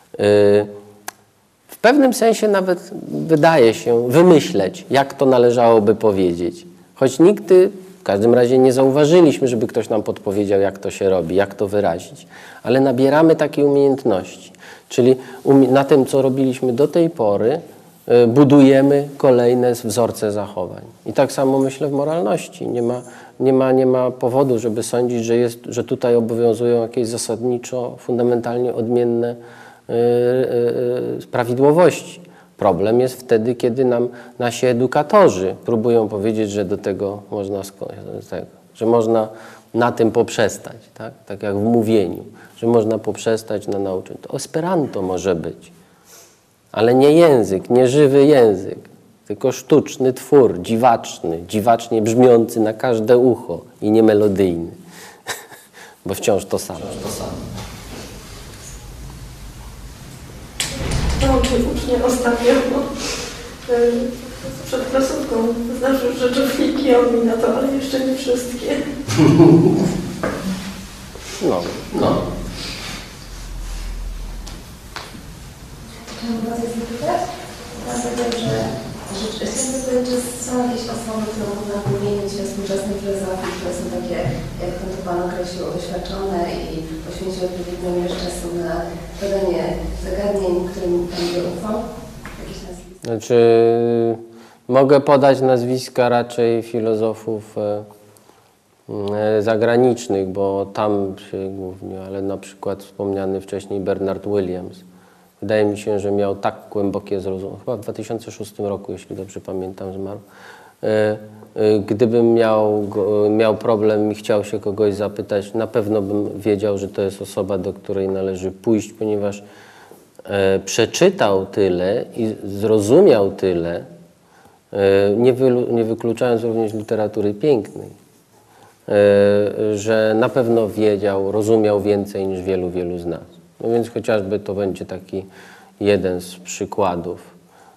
w pewnym sensie nawet wydaje się wymyśleć, jak to należałoby powiedzieć. Choć nigdy, w każdym razie nie zauważyliśmy, żeby ktoś nam podpowiedział, jak to się robi, jak to wyrazić. Ale nabieramy takiej umiejętności. Czyli na tym, co robiliśmy do tej pory, budujemy kolejne wzorce zachowań. I tak samo myślę w moralności. Nie ma powodu, żeby sądzić, że tutaj obowiązują jakieś zasadniczo, fundamentalnie odmienne prawidłowości. Problem jest wtedy, kiedy nasi edukatorzy próbują powiedzieć, że do tego można, że można na tym poprzestać, tak jak w mówieniu, że można poprzestać na nauczeniu. To Esperanto może być, ale nie język, nie żywy język, tylko sztuczny twór, dziwacznie brzmiący na każde ucho i niemelodyjny, bo wciąż to samo. Nauczył ucznia ostatnio przed klasówką. Znaczy rzeczowniki, a mi na to, ale jeszcze nie wszystkie. No. Chciałam bardzo zapytać, że są jakieś osoby, które można wymienić współczesnych filozofii, które są takie, jak to Pan określił, doświadczone i poświęciły odpowiednią jeszcze czasu na badanie zagadnień, którym Pan nie ufał? Jakieś nazwiska? Znaczy, mogę podać nazwiska raczej filozofów zagranicznych, bo tam się głównie, ale na przykład wspomniany wcześniej Bernard Williams. Wydaje mi się, że miał tak głębokie zrozumienie, chyba w 2006 roku, jeśli dobrze pamiętam, zmarł. Gdybym miał problem i chciał się kogoś zapytać, na pewno bym wiedział, że to jest osoba, do której należy pójść, ponieważ przeczytał tyle i zrozumiał tyle, nie wykluczając również literatury pięknej, że na pewno wiedział, rozumiał więcej niż wielu z nas. No więc chociażby to będzie taki jeden z przykładów.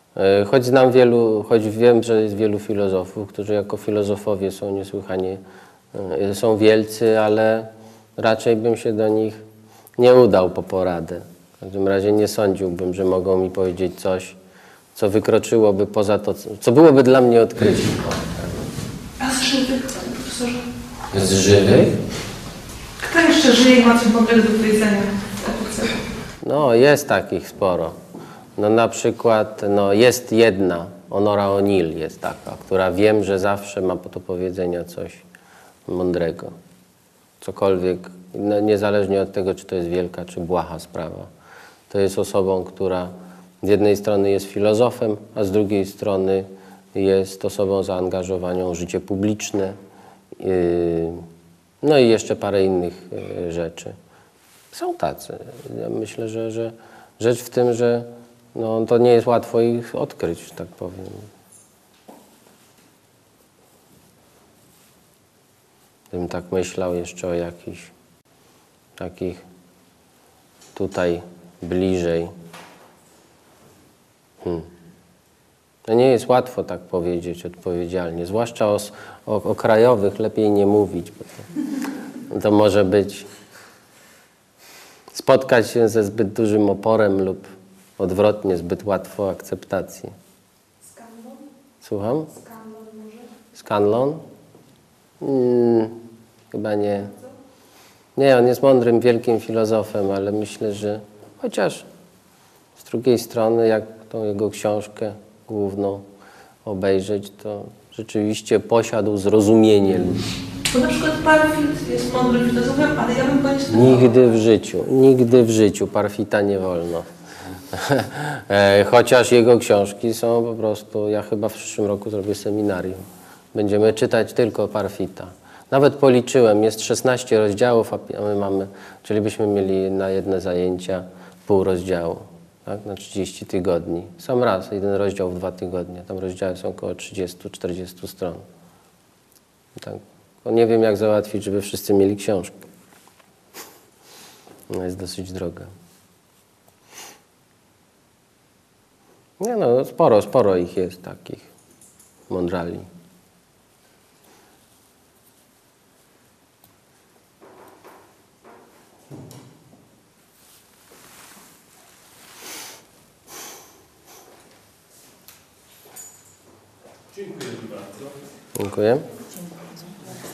Choć wiem, że jest wielu filozofów, którzy jako filozofowie są niesłychanie, są wielcy, ale raczej bym się do nich nie udał po poradę. W każdym razie nie sądziłbym, że mogą mi powiedzieć coś, co wykroczyłoby poza to, co byłoby dla mnie odkryciem. A z żywych, panie profesorze? Z żywych? Kto jeszcze żyje i ma coś mądrego do powiedzenia w epoce? No, jest takich sporo. No na przykład, no jest jedna, Honora O'Neill jest taka, która wiem, że zawsze ma do powiedzenia coś mądrego. Cokolwiek, no, niezależnie od tego, czy to jest wielka, czy błaha sprawa. To jest osobą, która z jednej strony jest filozofem, a z drugiej strony jest osobą zaangażowaną w życie publiczne. No i jeszcze parę innych rzeczy. Są tacy. Ja myślę, że rzecz w tym, że no, to nie jest łatwo ich odkryć, że tak powiem. Gdybym tak myślał jeszcze o jakichś takich tutaj bliżej. No nie jest łatwo tak powiedzieć odpowiedzialnie, zwłaszcza o krajowych lepiej nie mówić, bo to może być spotkać się ze zbyt dużym oporem lub odwrotnie, zbyt łatwo akceptację. Scanlon? Słucham? Scanlon może? Scanlon? Chyba nie. Nie, on jest mądrym, wielkim filozofem, ale myślę, że chociaż z drugiej strony, jak tą jego książkę główną obejrzeć, to rzeczywiście posiadł zrozumienie ludzi. Bo na przykład Parfit jest mądrym filozofem, ale ja bym go nie studiowała. Nigdy w życiu Parfita nie wolno. Chociaż jego książki są po prostu, ja chyba w przyszłym roku zrobię seminarium. Będziemy czytać tylko Parfita. Nawet policzyłem, jest 16 rozdziałów, a my mamy, czyli byśmy mieli na jedne zajęcia pół rozdziału, tak? Na 30 tygodni. Sam raz, jeden rozdział w 2 tygodnie. Tam rozdziały są około 30-40 stron. Tak. Nie wiem, jak załatwić, żeby wszyscy mieli książkę. Ona jest dosyć droga. Nie no, sporo ich jest takich mądrali. Dziękuję bardzo. Dziękuję.